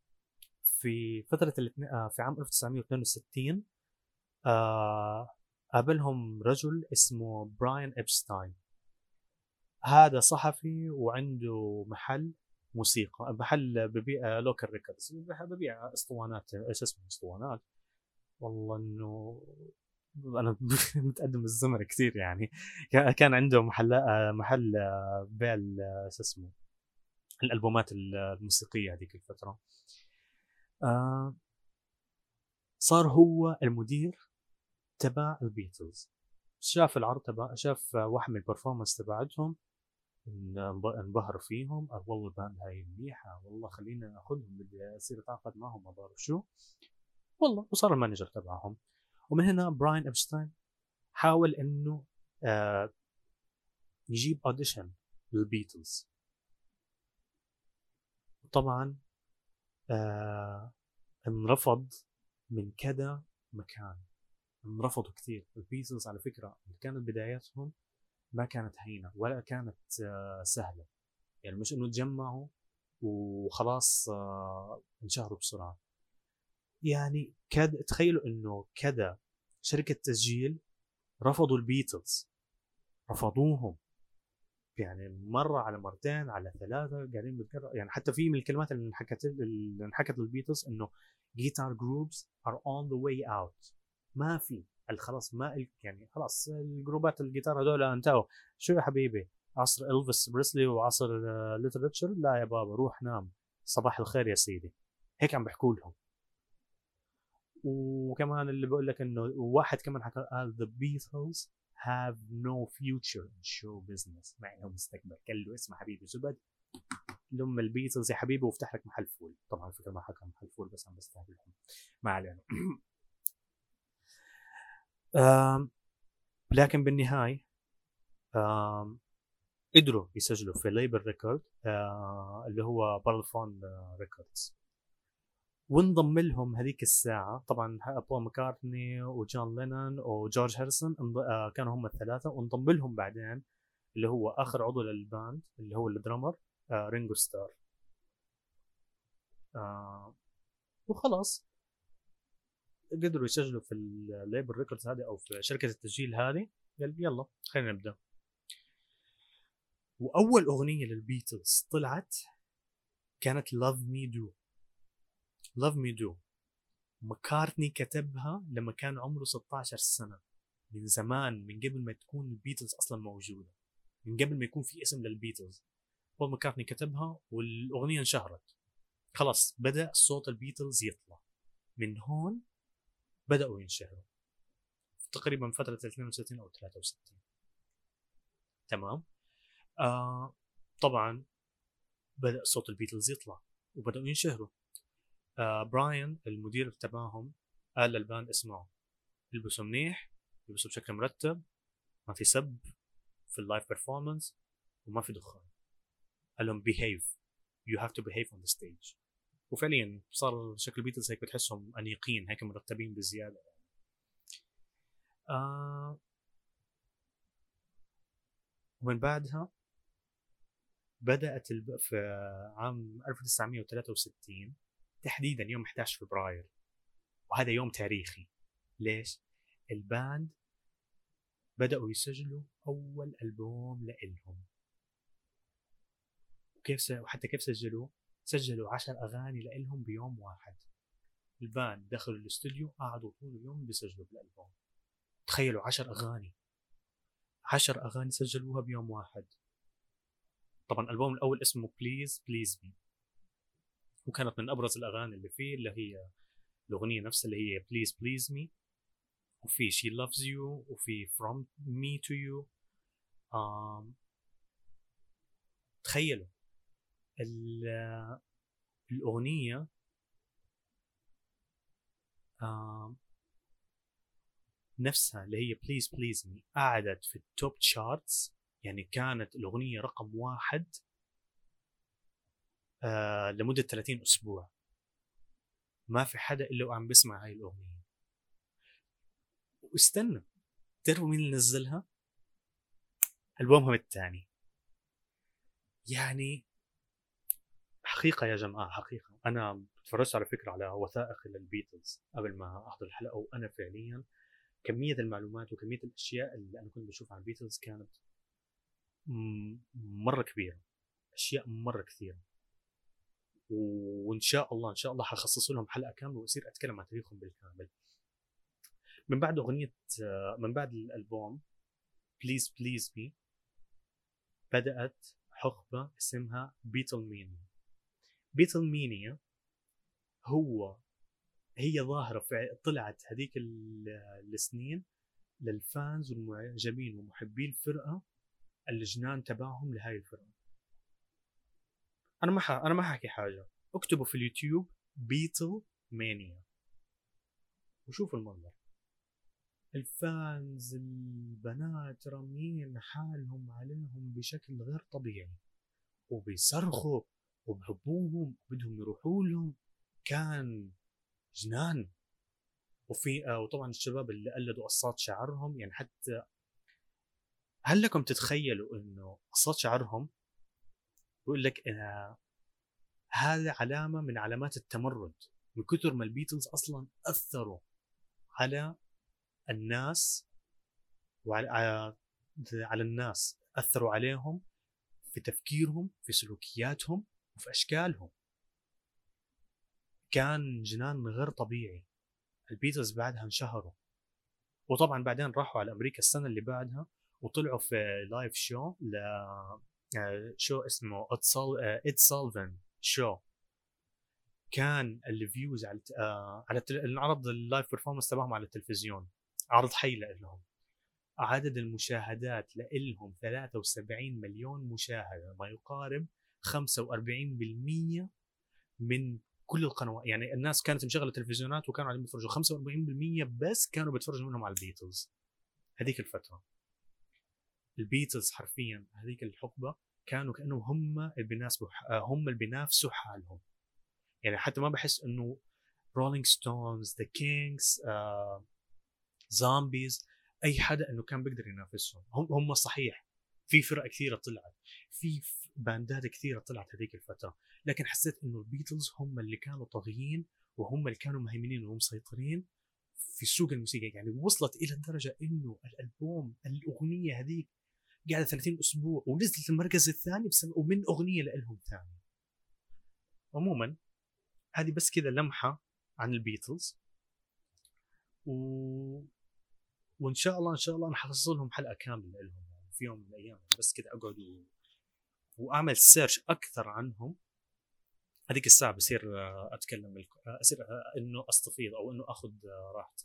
في فتره الاثنين آه في عام ألف وتسعمية واثنين وستين آه قابلهم رجل اسمه براين إبستاين. هذا صحفي وعنده محل موسيقى، محل ببيع لوكال ريكوردز، ببيع اسطوانات، ايش اسمه اسطوانات، والله انه انا متقدم بالزمن كثير يعني. كان عنده محل محل بيع شو اسمه الالبومات الموسيقيه هذيك الفتره. آه صار هو المدير تبع البيتلز. شاف العرض تبع، شاف واحد من البرفورمانس تبعتهم، انبهر فيهم، قال والله الباند هاي منيحه، والله خلينا ناخذهم، بدي اصير اتعاقد معهم ما بعرف شو، والله. وصار المانجر تبعهم. ومن هنا براين إبستاين حاول انه آه يجيب اوديشن للبيتلز. طبعا آه انرفض من كذا مكان، انرفضوا كثير. البيتلز على فكره كانت بداياتهم ما كانت هينه ولا كانت آه سهله، يعني مش انه تجمعوا وخلاص آه انشهروا بسرعه. يعني كاد تخيلوا انه كذا شركه تسجيل رفضوا البيتلز، رفضوهم يعني مرة على مرتين على ثلاثة قاعدين بتكرر. يعني حتى في من الكلمات اللي انحكت اللي انحكت للبيتلز انه guitar groups are on the way out. ما في خلاص، ما يعني خلاص الجروبات الجيتار هذول انتهوا. شو يا حبيبي، عصر إلفيس بريسلي وعصر ليتل ريتشارد؟ لا يا بابا، روح نام، صباح الخير يا سيدي. هيك عم بحكوا لهم. وكمان اللي بقول لك انه واحد كمان حكى قال the Beatles have no future in show business، ما عندهم مستقبل. قال له اسمع حبيبي زبد، لم البيتلز يا حبيبي وافتح لك محل فول. طبعا الفكره ما حكى محل فول بس عم بستهبلهم، ما علينا. لكن بالنهايه قدروا يسجلوا في ليبل ريكورد اللي هو بارلفون ريكوردز، وانضم لهم هذيك الساعة طبعا بول ماكارتني وجون لينون وجورج هاريسون، كانوا هم الثلاثة. وانضم لهم بعدين اللي هو آخر عضو للباند اللي هو الدرامر رينجو ستار. آه وخلاص قدروا يسجلوا في الليبل ريكوردز هذه او في شركة التسجيل هذه. قال يلا خلينا نبدأ. وأول أغنية للبيتلز طلعت كانت Love Me Do. Love Me Do مكارتني كتبها لما كان عمره ستة عشر سنة، من زمان، من قبل ما تكون البيتلز أصلا موجودة، من قبل ما يكون في اسم للبيتلز. بول ماكارتني كتبها والأغنية انشهرت، خلاص بدأ صوت البيتلز يطلع. من هون بدأوا ينشهروا تقريبا فترة اثنين وستين أو ثلاثة وستين. تمام. آه طبعا بدأ صوت البيتلز يطلع وبدأوا ينشهروا. آه براين المدير تبعهم قال للباند اسمعوا، البسوا منيح، البسوا بشكل مرتب، ما في سب في اللايف بيرفورمانس، وما في دخان. قال لهم behave, you have to behave on the stage. وفعليا صار شكل بيتلز هيك بتحسهم أنيقين هيك مرتبين بزيادة. آه ومن بعدها بدأت الب... في عام ألف وتسعمائة وثلاثة وستين تحديدا يوم أحد عشر فبراير، وهذا يوم تاريخي. ليش؟ الباند بدأوا يسجلوا أول ألبوم لإلهم. وكيف س... وحتى كيف سجلوا؟ سجلوا عشر أغاني لإلهم بيوم واحد. الباند دخلوا الاستوديو قعدوا طول اليوم بيسجلوا بالألبوم. تخيلوا عشر أغاني، عشر أغاني سجلوها بيوم واحد. طبعا الألبوم الأول اسمه Please Please Me، وكانت من أبرز الأغاني اللي فيه اللي هي الأغنية نفسها اللي هي Please Please Me، وفي She Loves You، وفي From Me to You. آم تخيلوا الأغنية آم نفسها اللي هي Please Please Me قعدت في التوب تشارتس، يعني كانت الأغنية رقم واحد آه لمدة ثلاثين أسبوع. ما في حدا إلا وعم بسمع هاي الأغنية. واستنى، تعرفوا مين اللي نزلها؟ ألبومهم الثاني. يعني حقيقة يا جماعة، حقيقة أنا تفرجت على فكرة على وثائق للبيتلز قبل ما أحضر الحلقة، وأنا فعليا كميه المعلومات وكميه الاشياء اللي انا كنت بشوفها عن البيتلز كانت مره كبيره، اشياء مره كثيره. وان شاء الله ان شاء الله حخصص لهم حلقه كامله واصير اتكلم عن تاريخهم بالكامل. من بعد اغنيه من بعد الالبوم بليز بليز مي بدات حقبه اسمها بيتل مينيا. بيتل مينيا هو هي ظاهره طلعت هذيك السنين للفانز والمعجبين ومحبي الفرقه الجنان تبعهم لهاي الفرقه. انا ما انا ما حاحكي حاجه، اكتبوا في اليوتيوب بيتل مانيا وشوفوا المنظر. الفانز البنات رامين حالهم عليهم بشكل غير طبيعي وبيصرخوا وبحبوهم وبدهم يروحوا لهم، كان جنان. وفي آه وطبعا الشباب اللي قلدوا قصات شعرهم، يعني حتى هل لكم تتخيلوا انه قصات شعرهم بيقول لك آه هذا علامه من علامات التمرد، من كثر ما البيتلز اصلا اثروا على الناس وعلى على الناس، اثروا عليهم في تفكيرهم في سلوكياتهم وفي اشكالهم. كان جنان غير طبيعي. البيتلز بعدها انشهروا، وطبعا بعدين راحوا على امريكا السنه اللي بعدها وطلعوا في لايف شو ل شو اسمه اد سالفن شو. كان الفيوز على على العرض اللايف بيرفورمانس تبعهم على التلفزيون، عرض حي لهم، عدد المشاهدات لهم ثلاثة وسبعين مليون مشاهده، ما يقارب خمسة وأربعين بالمئة من كل القنوات. يعني الناس كانت مشغله تلفزيونات وكانوا عم يتفرجوا، خمسة وأربعين بالمئة بس كانوا بيتفرجوا منهم على البيتلز. هذيك الفتره البيتلز حرفيا هذيك الحقبه كانوا كانهم هم اللي بيناسبوا هم اللي بينافسوا حالهم. يعني حتى ما بحس انه رولينج ستونز، ذا كينجز، زومبيز، اي حدا انه كان بيقدر ينافسهم. هم هم صحيح في فرق كثيره طلعت، في باندات كثيره طلعت هذيك الفتره، لكن حسيت انه البيتلز هم اللي كانوا طاغيين وهم اللي كانوا مهيمنين ومسيطرين في سوق الموسيقى. يعني وصلت الى الدرجه انه الالبوم الاغنيه هذيك قاعده ثلاثين اسبوع ونزلت المركز الثاني بسبب ومن اغنيه لهم ثانيه. عموما هذه بس كذا لمحه عن البيتلز، و... وان شاء الله ان شاء الله انا حخصص لهم حلقه كامله لهم يعني في يوم من الايام، بس كذا اقعد و... واعمل سيرش اكثر عنهم. هذيك الساعه بصير اتكلم اصير انه استفيض او انه اخذ راحتي.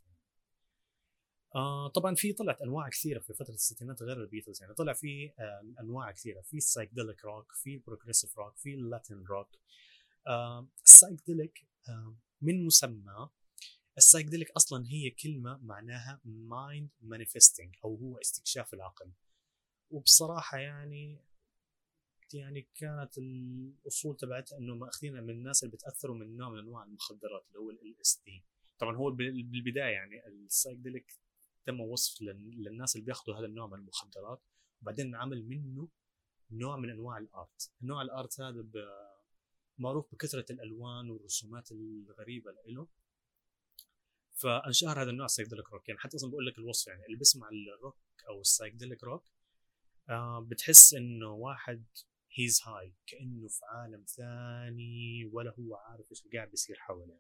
آه طبعا في طلعت انواع كثيره في فتره الستينات غير البيتلز، يعني طلع في آه انواع كثيره، في السايكديليك روك، في البروجريسيف روك، في اللاتين روك. آه السايكديليك آه من مسمى السايكديليك اصلا هي كلمه معناها مايند مانيفستنج او هو استكشاف العقل. وبصراحه يعني يعني كانت الاصول تبعتها انه ماخذينها من الناس اللي بتاثروا من نوع من انواع المخدرات اللي هو ال اس دي. طبعا هو بالبدايه يعني السايكديليك تم وصف للناس اللي بياخذوا هذا النوع من المخدرات، وبعدين عمل منه نوع من انواع الارت. نوع الارت هذا معروف بكثره الالوان والرسومات الغريبه له، فانشهر هذا النوع سايكديليك روك. يعني حتى اصلا بقول لك الوصف، يعني اللي بيسمع الروك او السايكديليك روك آه بتحس انه واحد هيز هاي، كانه في عالم ثاني ولا هو عارف ايش قاعد بيصير حوله.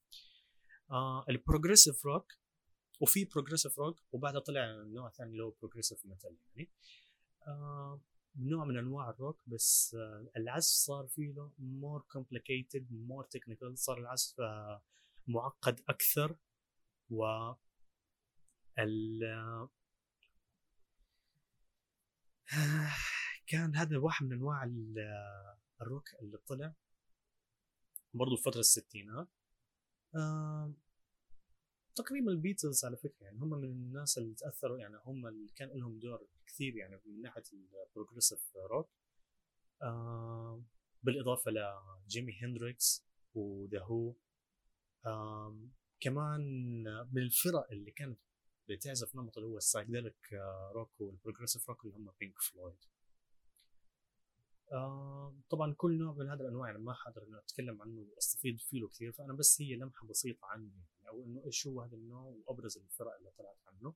آه البروجريسيف روك، وفي بروجريسيف روك وبعدها طلع نوع ثاني اللي هو بروجريسيف ميتال، يعني آه نوع من انواع الروك، بس آه العزف صار فيه له مور كومبليكيتد مور تكنيكال، صار العزف آه معقد اكثر. و ال كان هذا واحد من انواع الروك اللي طلع برضو في فتره الستينات. آه تقريبا البيتلز على فكره يعني هم من الناس اللي تاثروا، يعني هم اللي كان لهم دور كثير يعني من ناحيه البروجريسيف روك. آه بالاضافه لجيمي هندريكس وذا هو. آه كمان من الفرق اللي كانت بتعزف نمط اللي هو السايكديليك روك والبروجريسيف روك اللي هم بينك فلويد. آه طبعا كل نوع من هذه الانواع يعني ما حقدر انه اتكلم عنه واستفيد فيه كثير، فانا بس هي لمحه بسيطه عنه يعني، او انه ايش هو هذا النوع وابرز الفرق اللي طلعت عنه.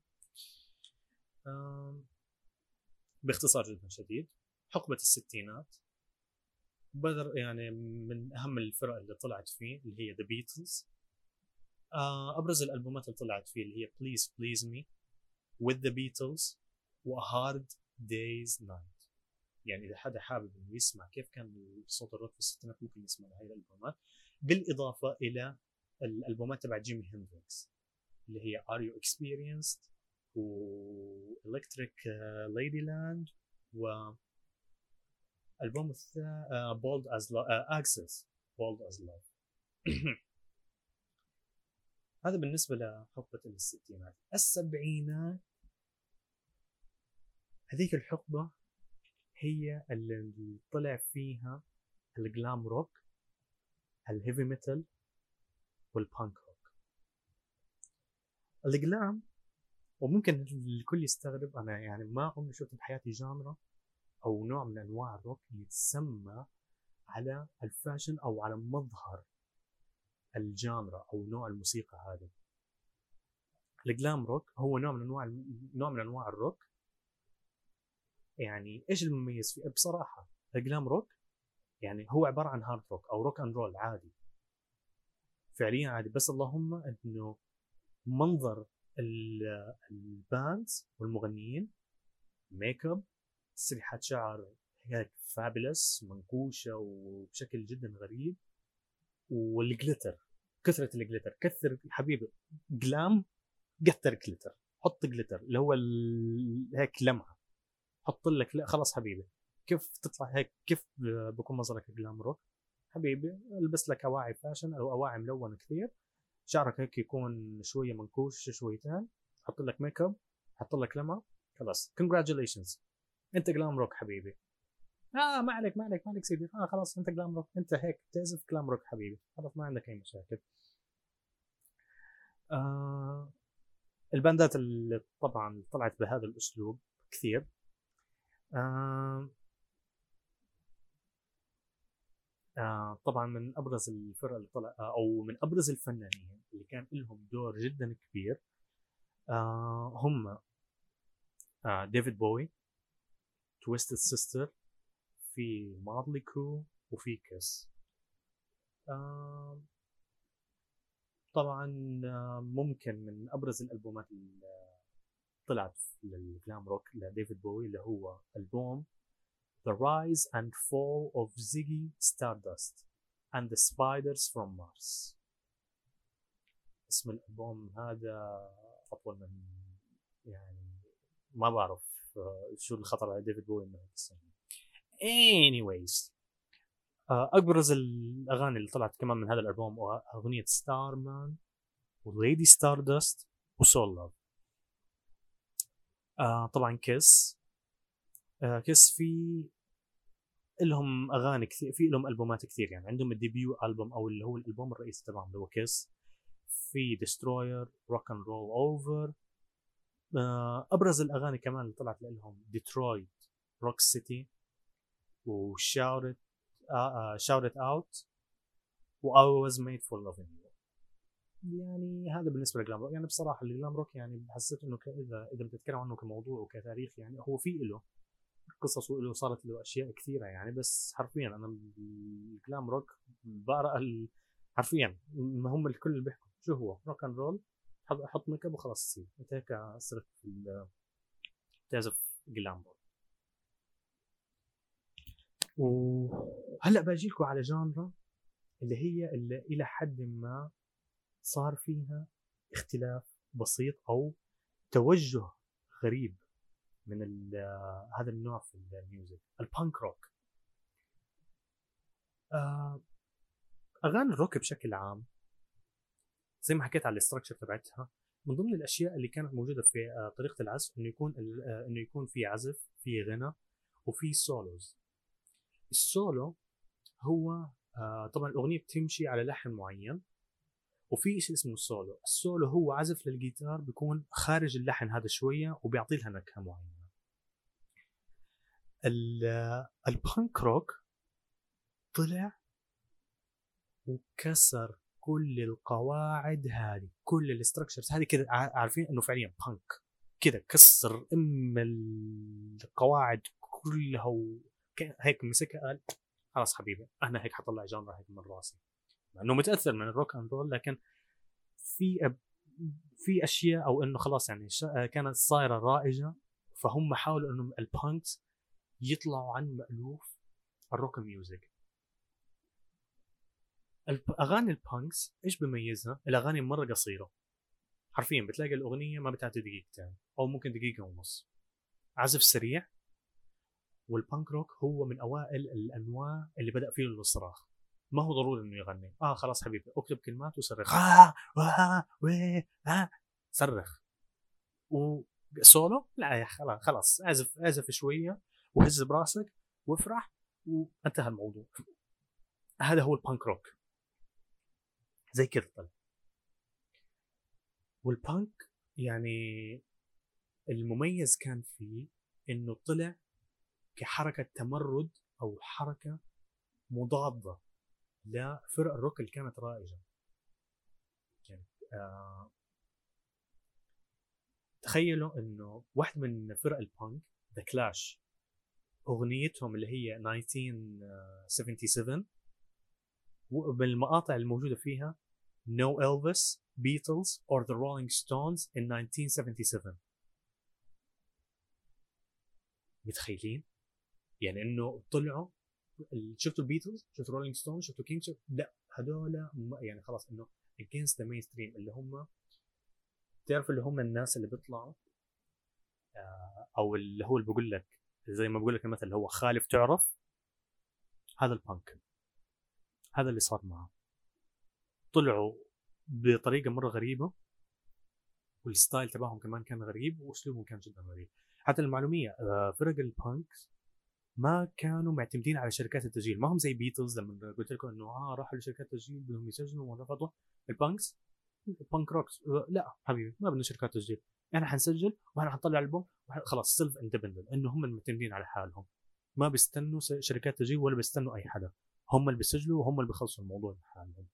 باختصار جدا شديد، حقبة الستينات بدر يعني من أهم الفرق اللي طلعت فيه اللي هي The Beatles. آه أبرز الألبومات اللي طلعت فيه اللي هي Please Please Me, With The Beatles, و A Hard Day's Night. يعني إذا حدا حابب إنه يسمع كيف كان صوت الروك في الستينات ممكن يسمع لهي الألبومات، بالإضافة إلى الألبومات تبع جيمي هندريكس اللي هي Are You Experienced و Electric Ladyland و ألبوم الثاني uh, Bold as Love uh, Access Bold as Love. هذا بالنسبة لحقبة الستينات. السبعينات هذيك الحقبة هي اللي طلع فيها الجلام روك، الهيفي ميتال، والبانك روك. الجلام، وممكن الكل يستغرب، أنا يعني ما عمري شفت بحياتي جانرا أو نوع من أنواع الروك يتسمى على الفاشن أو على مظهر الجانرا أو نوع الموسيقى هذا. الجلام روك هو نوع من أنواع نوع من أنواع الروك. يعني إيش المميز فيه؟ بصراحة الجلام روك يعني هو عبارة عن هارد روك أو روك أند رول عادي، فعليا عادي، بس اللهم إنه منظر الباندز والمغنيين، ميك اب، تسريحات شعر هيك فابلس منكوشة وبشكل جدا غريب، والجليتر، كثرة الجليتر، كثر حبيبي جلام، كثر جليتر، حط جليتر اللي هو هيك لمعة، حط لك لا خلاص حبيبي. كيف تطلع هيك؟ كيف بكون مظهرك جلام روك حبيبي؟ البس لك اواعي فاشن او اواعي ملونة كثير، شعرك هيك يكون شوية منكوش شويتين، حط لك ميك اب، حط لك لمعة، خلاص congratulations انت جلام روك حبيبي. اه ما عليك ما عليك ما عليك سيدي، اه خلاص انت جلام روك، انت هيك تعزف جلام روك حبيبي، خلاص ما عندك اي مشاكل. آه الباندات اللي طبعا طلعت بهذا الاسلوب كثير. آه آه طبعا من ابرز الفرق اللي طلع آه او من ابرز الفنانين اللي كان لهم دور جدا كبير آه هم آه ديفيد بوي، تويستد سيستر، في مارلي كرو، وفي كيس. آه طبعا آه ممكن من ابرز الالبومات اللي طلعت للجلام روك لديفيد بوي اللي هو البوم The Rise and Fall of Ziggy Stardust and the Spiders from Mars. اسم الالبوم هذا اطول من يعني ما بعرف شو الخطر على ديفيد بوي انه يسميه. anyways ابرز الاغاني اللي طلعت كمان من هذا الالبوم اغنيه ستار مان وليدي ستاردست وسول لاف. آه طبعا كيس آه كيس في لهم اغاني كثير، في لهم البومات كثير، يعني عندهم الديبيو البوم او اللي هو الالبوم الرئيسي تبعهم اللي هو كيس، في ديستروير، روك اند رول اوفر. ابرز الاغاني كمان اللي طلعت لهم ديترويت، روك سيتي، وشاوت شاوت اوت، و I was made for loving you. يعني هذا بالنسبه للجلام روك. يعني بصراحه الجلام روك يعني حسيت انه اذا اذا بتتكلم عنه كموضوع وكتاريخ يعني هو في له قصص وله صارت له اشياء كثيره يعني، بس حرفيا انا الجلام روك بقرا حرفيا ما هم الكل اللي بيحكوا شو هو روك اند رول، حط ميك اب وخلاص تصير انت هيك صرت تعزف جلام روك. وهلا باجي لكم على جانرا اللي هي اللي الى حد ما صار فيها اختلاف بسيط او توجه غريب من هذا النوع في الميوزك، البانك روك. اغاني الروك بشكل عام زي ما حكيت على الاستراكشر تبعتها، من ضمن الاشياء اللي كانت موجوده في طريقه العزف انه يكون انه يكون في عزف، في غنى، وفي سولوز. السولو هو طبعا الاغنيه بتمشي على لحن معين، وفي شيء اسمه السولو. السولو هو عزف للجيتار بيكون خارج اللحن هذا شويه وبيعطي لها نكهه معينه. البانك روك طلع وكسر كل القواعد هذه، كل الاستراكشرز هذه كده عارفين انه فعليا بانك كذا كسر ام القواعد كلها وهيك مسكها قال خلاص حبيبي انا هيك حطلع جانرا هيك من راسي، مع انه متاثر من الروك اند رول، لكن في أب في اشياء او انه خلاص يعني كانت صايره رائجه، فهم حاولوا انه البانكس يطلعوا عن مألوف الروك ميوزك. اغاني البانكس ايش بميزها؟ الاغاني مره قصيره، حرفيا بتلاقي الاغنيه ما بتعدي دقيقتين او ممكن دقيقه ونص، عزف سريع. والبانك روك هو من اوائل الانواع اللي بدا فيه الصراخ، ما هو ضروري انه يغني، اه خلاص حبيبي اكتب كلمات وصرخ آه آه آه آه صرخ. وسولو لا يا خلاص خلاص اعزف اعزف شويه وهز براسك وافرح وانتهى الموضوع. هذا هو البانك روك، زي كذا طلع. والبانك يعني المميز كان فيه انه طلع كحركه تمرد او حركه مضاده لفرق الروك اللي كانت رائجه. يعني آه تخيلوا انه واحد من فرق البانك ذا كلاش اغنيتهم اللي هي ألف وتسعمية وسبعة وسبعين وبالمقاطع الموجوده فيها No Elvis, Beatles or the Rolling Stones in ألف وتسعمية وسبعة وسبعين. متخيلين؟ يعني انه طلعوا شفتوا البيتلز، شفتوا رولينج ستون، شفتوا كينج، شفت لا هذول يعني خلاص انه against the mainstream، اللي هم تعرف اللي هم الناس اللي بيطلعوا آه او اللي هو اللي بقول لك زي ما بقول لك المثل اللي هو خالف تعرف، هذا البانك هذا اللي صار معه. طلعوا بطريقه مره غريبه، والستايل تبعهم كمان كان غريب واسلوبهم كان جدا غريب. حتى المعلوميه آه فرق البانكس ما كانوا معتمدين على شركات التسجيل، ما هم زي بيتلز لما قلت لكم انه اه راحوا لشركات التسجيل بدهم يسجلوا ورفضوا. البانكس البانك روكس لا حبيبي ما بدنا شركات تسجيل، احنا حنسجل واحنا حنطلع البوم خلاص سيلف اندبندنت، انه هم المعتمدين على حالهم، ما بيستنوا شركات تسجيل ولا بيستنوا اي حدا، هم اللي بيسجلوا وهم اللي بيخلصوا الموضوع لحالهم.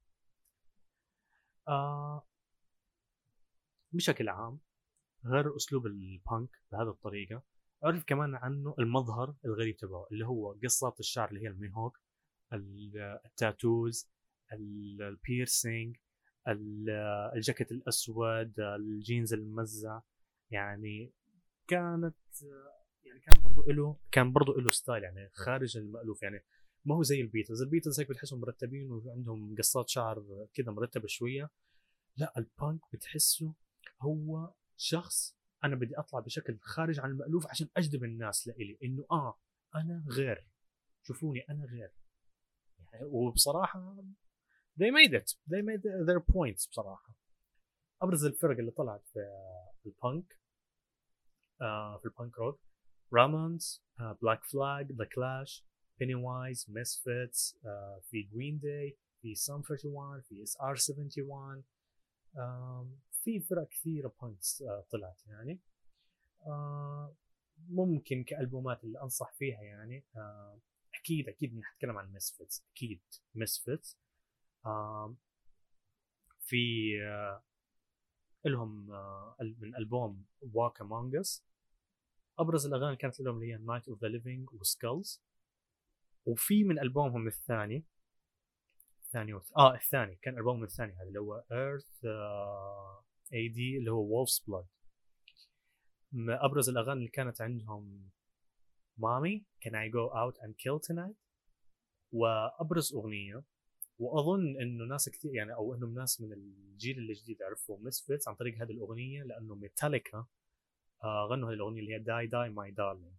آه بشكل عام غير اسلوب البانك بهذه الطريقه، عرف كمان عنه المظهر الغريب تبعه اللي هو قصات الشعر اللي هي الميهوك، التاتوز، البيرسينج، الجاكيت الاسود، الجينز الممزع. يعني كانت يعني كان برضو له كان برضو له ستايل يعني خارج المألوف، يعني ما هو زي البيتلز. البيتلز هيك بتحسهم مرتبين وعندهم قصات شعر كذا مرتبه شويه، لا البانك بتحسه هو شخص انا بدي اطلع بشكل خارج عن المألوف عشان اجذب الناس لإلي انه اه انا غير، شوفوني انا غير. يعني وبصراحه they made it they made their points بصراحه. ابرز الفرق اللي طلعت في البانك آه في البانك روك رامونز، بلاك فلاج، ذا كلاش، بيني وايز، ميسفيتس، في جرين داي، في سام واحد وثلاثين، في اس ار واحد وسبعين، في فرق كثيره بانكس آه طلعت يعني. آه ممكن كالبومات اللي انصح فيها يعني آه اكيد اكيد نتكلم عن ميسفيتس، اكيد ميسفيتس. آه في آه لهم آه من البوم Walk Among Us ابرز الاغاني اللي كانت لهم اللي هي Night of the Living وسكالز. وفي من البومهم الثاني الثاني وث... اه الثاني كان البومهم الثاني هذا اللي هو Earth آه اي دي اللي هو Wolf's Blood. ابرز الاغاني اللي كانت عندهم Mommy Can I Go Out and Kill Tonight. وابرز اغنيه واظن انه ناس كثير يعني او انه ناس من الجيل الجديد عرفوا مسفيتس عن طريق هذه الاغنيه لانه ميتاليكا آه غنوا هذه الاغنيه اللي هي داي داي ماي دارلينج.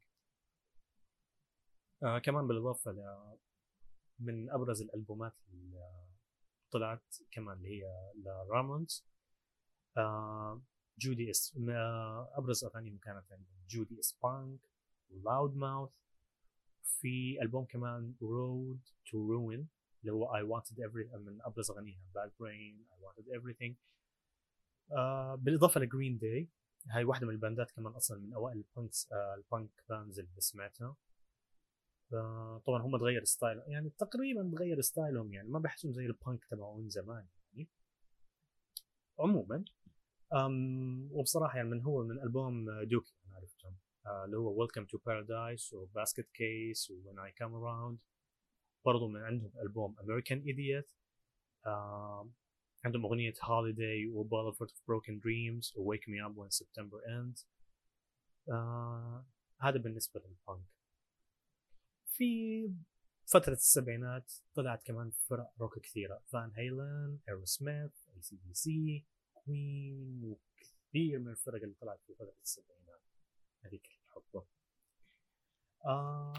آه كمان بالاضافه ل من ابرز الالبومات اللي طلعت كمان اللي هي لرامونز آه جودي اس آه ابرز اغانيهم كانت عندهم جودي اس بانك ولاود ماوث. في البوم كمان رود تو روين اللي هو I wanted everything من ابرز اغانيها Bad Brain I wanted everything. آه بالاضافه لجرين داي هاي واحده من الباندات كمان اصلا من اوائل البانكس آه البانك باندز اللي سمعتها. آه طبعا هم تغير ستايل يعني تقريبا تغير ستايلهم يعني ما بحسهم زي البانك تبعون زمان يعني. عموما أم وبصراحة يعني من هو من ألبوم دوكي أنا عرفتهم، آه، اللي هو Welcome to Paradise و Basket Case و When I Come Around. برضو من عندهم ألبوم American Idiot. آه عندهم أغنية Holiday و Boulevard of Broken Dreams و Wake Me Up When September Ends. آه هذا بالنسبة للبانك. في فترة السبعينات طلعت كمان فرق روك كثيرة، فان هيلن، ايروسميث، اي سي بي سي، كوين، وكثير من الفرق اللي طلعت في فترة السبعينات هذيك الحقبة. آه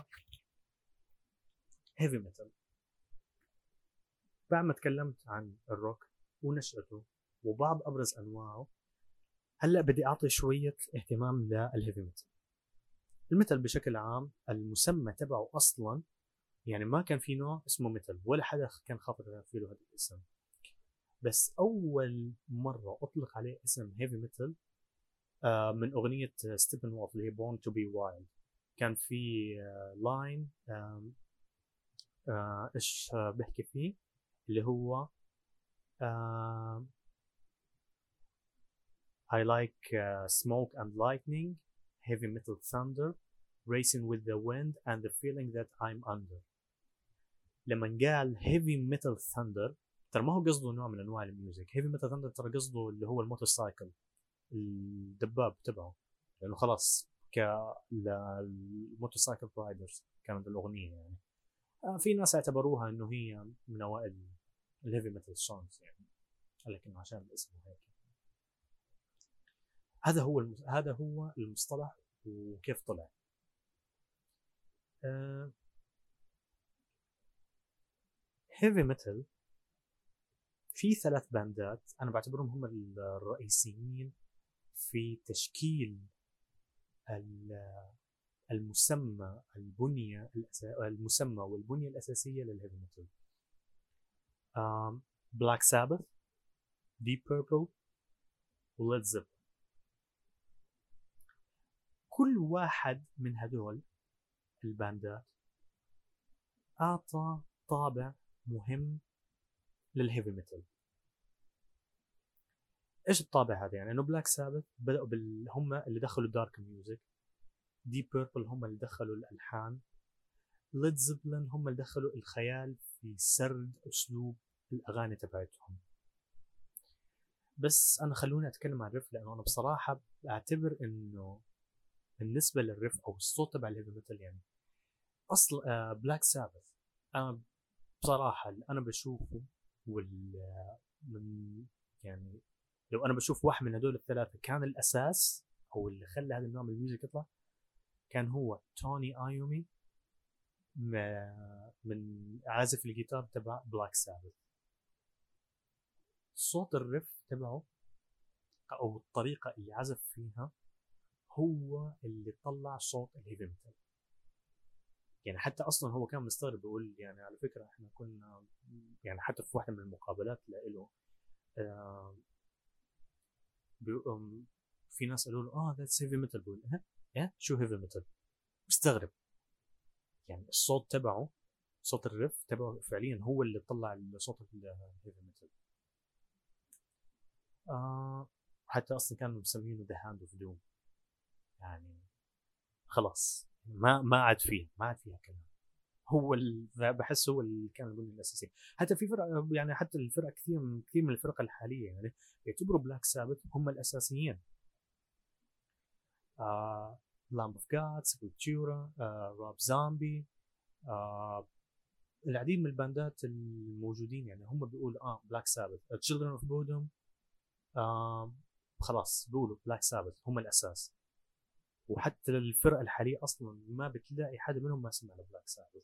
هيفي ميتال. بعد ما تكلمت عن الروك ونشأته وبعض أبرز أنواعه، هلأ بدي أعطي شوية اهتمام للهيفي ميتال. الميتال بشكل عام المسمى تبعه أصلا يعني ما كان في نوع اسمه ميتال، ولا حدا كان خاطر يغير له هذا الاسم. بس أول مرة أطلق عليه اسم هيفي ميتال آه من أغنية ستيبن وولف اللي هي Born to be Wild. كان في آه لاين آه آه إيش آه بحكي فيه، اللي هو آه I like uh, smoke and lightning, heavy metal thunder, racing with the wind and the feeling that I'm under. لما قال heavy metal thunder ترى ما هو قصده نوع من انواع الميوزك. heavy metal thunder ترى قصده اللي هو الموتوسايكل، الدباب تبعه، لانه خلاص ك الموتوسايكل رايدرز كانت الاغنيه يعني. آه في ناس اعتبروها انه هي من اوائل الهيفي ميتال سونجز يعني، لكن عشان الاسم هيك. هذا هو المس... هذا هو المصطلح وكيف طلع. هيفي uh, ميتال في ثلاث باندات انا بعتبرهم هم الرئيسيين في تشكيل المسمى البنية المسمى والبنية الأساسية للهيفي ميتال. بلاك سابث، ديب بيربل، وليد زيبلين. كل واحد من هدول الباندات أعطى طابع مهم للهيفي ميتال. ايش الطابع هذا؟ يعني انه بلاك سابث بدأوا بال... هم اللي دخلوا دارك ميوزك، ديب بيربل هم اللي دخلوا الألحان، ليد زيبلين هم اللي دخلوا الخيال في سرد أسلوب الأغاني تبعتهم. بس أنا خلوني أتكلم عن الريف، لأنه أنا بصراحة أعتبر إنه بالنسبة للريف أو الصوت تبع الهيفي ميتال يعني أصل آه بلاك سابث أنا بصراحة اللي أنا بشوفه وال من يعني لو أنا بشوف واحد من هدول الثلاثة كان الأساس أو اللي خلى هذا النوع من الميوزك يطلع، كان هو توني آيومي من عازف الجيتار تبع بلاك سابث. صوت الريف تبعه او الطريقه اللي عزف فيها هو اللي طلع صوت الهيفي ميتال. يعني حتى اصلا هو كان مستغرب بيقول يعني على فكره احنا كنا يعني حتى في واحده من المقابلات له آه في ناس قالوا له اه ذاتس هيفي ميتال، بيقول اه ايه شو هيفي ميتال؟ مستغرب. يعني الصوت تبعه صوت الريف تبعه فعليا هو اللي طلع صوت الهيفي ميتال. آه حتى اصلا كانوا مسمينه ذا هاند اوف دوم، يعني خلاص ما ما عاد فيه ما عاد فيها كلام. هو بحس هو اللي كان البنية الأساسية. حتى في فرق يعني حتى الفرق كثير من كثير من الفرق الحالية يعني يعتبروا بلاك سابث هم الأساسيين. آه لامب اوف جاد، سبلتورا، آه روب زومبي، آه العديد من الباندات الموجودين يعني هم بيقولوا اه بلاك سابث. تشيلدرن اوف بودوم آه خلاص بيقولوا بلاك سابث هم الأساس. وحتى الفرق الحالية أصلا ما بتلاقي حدا منهم ما سمع لبلاك سابث.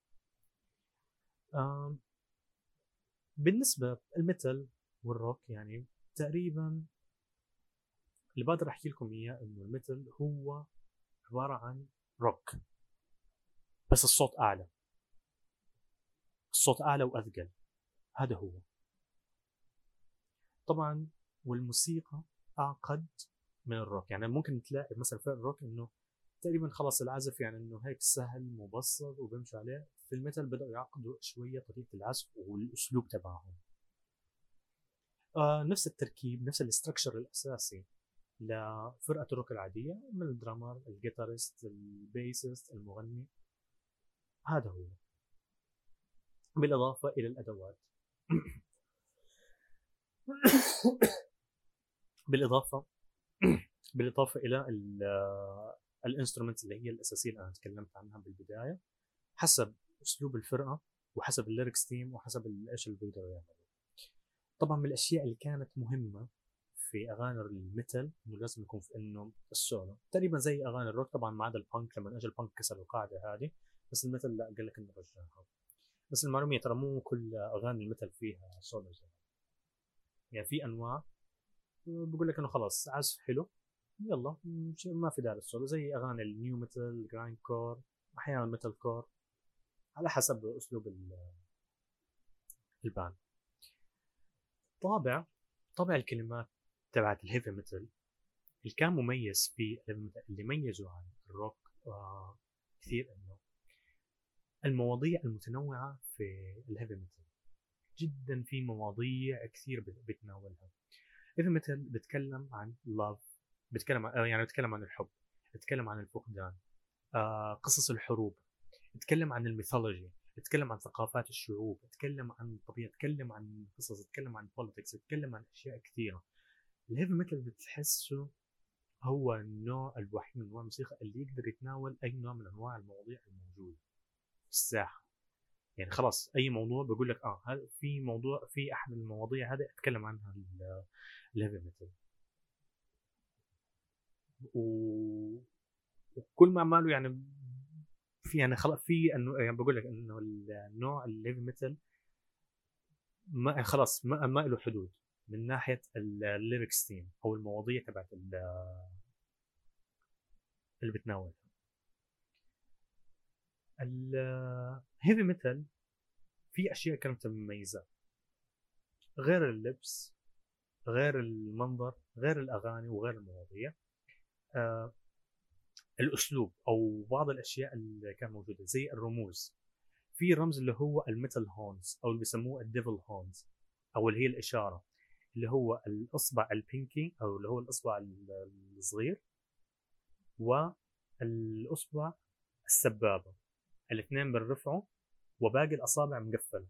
بالنسبة الميتال والروك يعني تقريبا اللي بقدر أحكي لكم إياه إنه الميتال هو عبارة عن روك بس الصوت أعلى، الصوت أعلى وأثقل. هذا هو طبعا. والموسيقى أعقد من الروك. يعني ممكن تلاقي مثلا في الروك إنه تقريبا خلاص العزف يعني إنه هيك سهل مبسط وبمشي عليه. في الميتال بدأوا يعقدوا شوية طريقة العزف والأسلوب تبعهم. آه نفس التركيب، نفس الاستراكشر الاساسي لفرقه الروك العاديه، من الدرامر، الجيتارست، البيسست، المغني. هذا هو، بالاضافه الى الادوات. بالاضافه بالاضافه الى الانسترومنتس اللي هي الاساسيه اللي انا تكلمت عنها بالبدايه، حسب اسلوب الفرقه وحسب الليركس تيم وحسب ايش اللي بيقدروا يعملوا. طبعا من الاشياء اللي كانت مهمه في اغاني الميتال انه لازم يكون في انه السولو تقريبا زي اغاني الروك، طبعا ما عدا البانك، لما اجى البانك كسر القاعده هذه، بس الميتال لا، قال لك انه رجعها. بس المعلوميه ترى مو كل اغاني الميتال فيها سولو، يعني في انواع بقول لك انه خلاص عزف حلو يلا ما في داعي للسولو، زي اغاني النيو ميتال، جرايند كور، احيانا ميتال كور، على حسب اسلوب الباند. طابع طابع الكلمات تبعت الهيفي ميتال اللي كان مميز في اللي ميزه عن الروك آه كثير انه المواضيع المتنوعه في الهيفي ميتال، جدا في مواضيع كثير بتناولها. هيفي ميتال بتكلم عن لاف، بتكلم عن يعني بتكلم عن الحب، بتكلم عن الفقدان، آه قصص الحروب، بتكلم عن الميثولوجي، بتكلم عن ثقافات الشعوب، بتكلم عن الطبيعه، بتكلم عن قصص، بتكلم عن بوليتكس، بتكلم عن اشياء كثيره. الهيفي ميتال بتحسه هو النوع الوحيد من انواع الموسيقى اللي يقدر يتناول اي نوع من انواع المواضيع الموجوده في الساحه. يعني خلاص اي موضوع بقول لك اه هذا في موضوع، في احد المواضيع هذه اتكلم عنها الهيفي ميتال. و... وكل ما عماله يعني في يعني خلاص في انه يعني بقول لك انه النوع الهيفي ميتال ما خلاص ما, ما له حدود من ناحيه الليركس تيم او المواضيع تبعت اللي بتناولها. الهيفي ميتال في اشياء كانت مميزه، غير اللبس، غير المنظر، غير الاغاني، وغير المواضيع، آه الاسلوب او بعض الاشياء اللي كانت موجوده زي الرموز. في رمز اللي هو الميتال هونز او اللي بيسموه الديفل هونز، او اللي هي الاشاره، اللي هو الاصبع البينكي او اللي هو الاصبع الصغير والاصبع السبابه، الاثنين بنرفعوا وباقي الاصابع مقفله.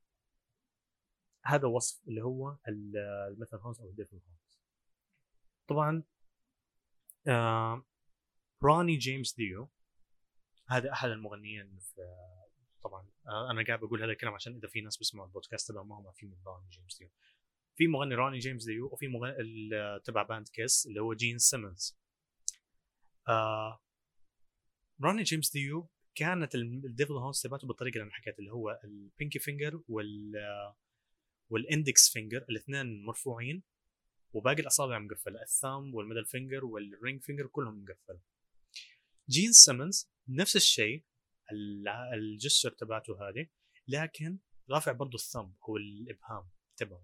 هذا وصف اللي هو الميتال هونز او الديفل هونز. طبعا آه روني جيمس ديو هذا احد المغنيين في، طبعا آه انا قاعد بقول هذا الكلام عشان اذا في ناس بيسمعوا البودكاست تبع ما هم في من روني جيمس ديو، في مغني روني جيمس ديو وفي مغني تبع باند كيس اللي هو جين سيمونز. آه روني جيمس ديو كانت الديفل هونز تبعته بالطريقه اللي انا حكيت، اللي هو البينكي فينجر وال والاندكس فينجر الاثنين مرفوعين وباقي الاصابع مقفله، الثامب والميدل فينجر والرينج فينجر كلهم مقفله. جين سيمونز نفس الشيء، الجسر تبعته هذه، لكن رافع برضه الثامب او الابهام تبعه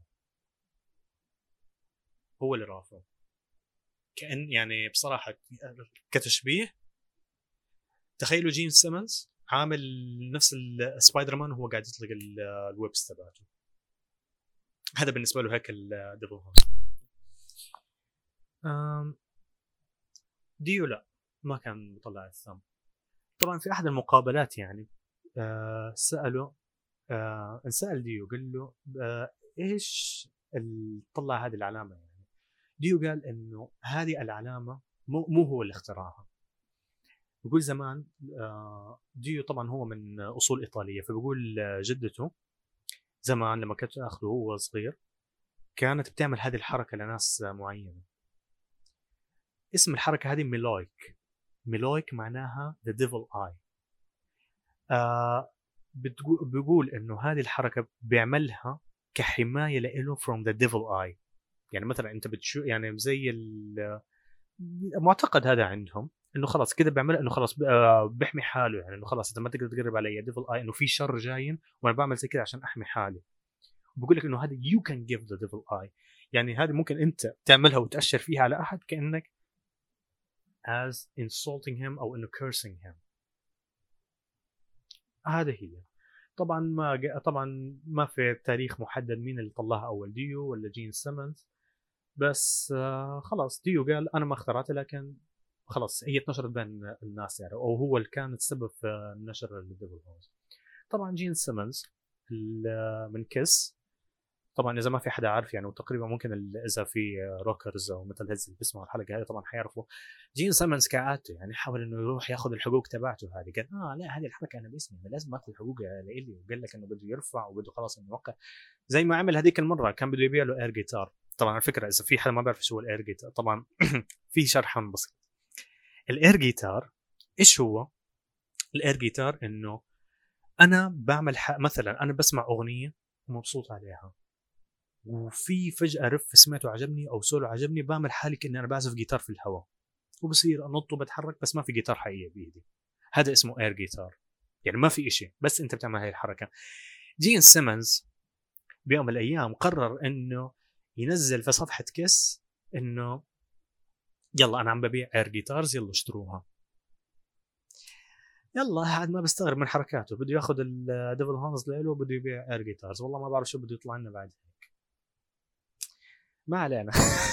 هو اللي رافعه، كأن يعني بصراحه كتشبيه تخيلوا جين سيمونز عامل نفس السبايدر مان وهو قاعد يطلق الويبس تبعته. هذا بالنسبه له هيك الديفل هونز. ديو لا ما كان مطلع الثامب. طبعا في احد المقابلات يعني آه سأله آه سأل ديو قال له آه ايش اللي طلع هذه العلامة يعني. ديو قال انه هذه العلامة مو, مو هو اللي اخترعها. بيقول زمان آه ديو طبعا هو من اصول ايطالية، فبيقول جدته زمان لما كانت تاخذه وهو صغير كانت بتعمل هذه الحركة لناس معينة. اسم الحركة هذه ميلويك. ميلويك معناها the devil eye. آه بيقول انه هذه الحركه بيعملها كحمايه له from the devil eye. يعني مثلا انت بتشوف يعني زي المعتقد هذا عندهم انه خلاص كده بيعمل انه خلاص بيحمي حاله، يعني انه خلاص انت ما تقدر تقرب علي devil eye، انه في شر جاين وانا بعمل زي كده عشان احمي حالي. بقول لك انه هذا you can give the devil eye، يعني هذه ممكن انت تعملها وتأشر فيها على احد كانك as insulting him او انه cursing him. هذا هي. طبعا ما جا- طبعا ما في تاريخ محدد مين اللي طلعها اول، ديو ولا جين سيمنز. بس آه خلاص ديو قال انا ما اخترعتها، لكن خلاص هي اتنشرت بين الناس يعني، او هو اللي كان السبب في نشر الديفل هوز. طبعا جين سيمنز ال- من كيس. طبعا اذا ما في حدا عارف يعني، وتقريبا ممكن ال- اذا في روكرز او مثل هز اللي بيسمعوا الحلقه هذه طبعا حيعرفوا. جين سيمنز كعادته يعني حاول انه يروح ياخذ الحقوق تبعته هذه، قال اه لا هذه الحركه انا باسمي، انا لازم اخذ الحقوق لإلي، وقال لك انه بده يرفع وبده خلاص انه يوقع. زي ما عمل هذيك المره كان بده يبيع له اير جيتار. طبعا على فكره اذا في حدا ما بيعرف شو الاير جيتار، طبعا في شرح بسيط. الاير جيتار ايش هو؟ الاير جيتار انه انا بعمل ح... مثلا انا بسمع اغنيه ومبسوط عليها، وفي فجاه رف سمعته عجبني او سولو عجبني، بعمل حالي كاني انا بعزف جيتار في الهواء، وبصير انط وبتحرك بس ما في جيتار حقيقي بايدي. هذا اسمه اير جيتار، يعني ما في إشي بس انت بتعمل هاي الحركه. جين سيمنز بيوم من الايام قرر انه ينزل في صفحه كيس انه يلا انا عم ببيع اير جيتارز، يلا اشتروها. يلا هاد ما بستغرب من حركاته، بده ياخذ الديفل هونز له، بده يبيع اير جيتارز، والله ما بعرف شو بده يطلع لنا بعد هيك. ما علينا.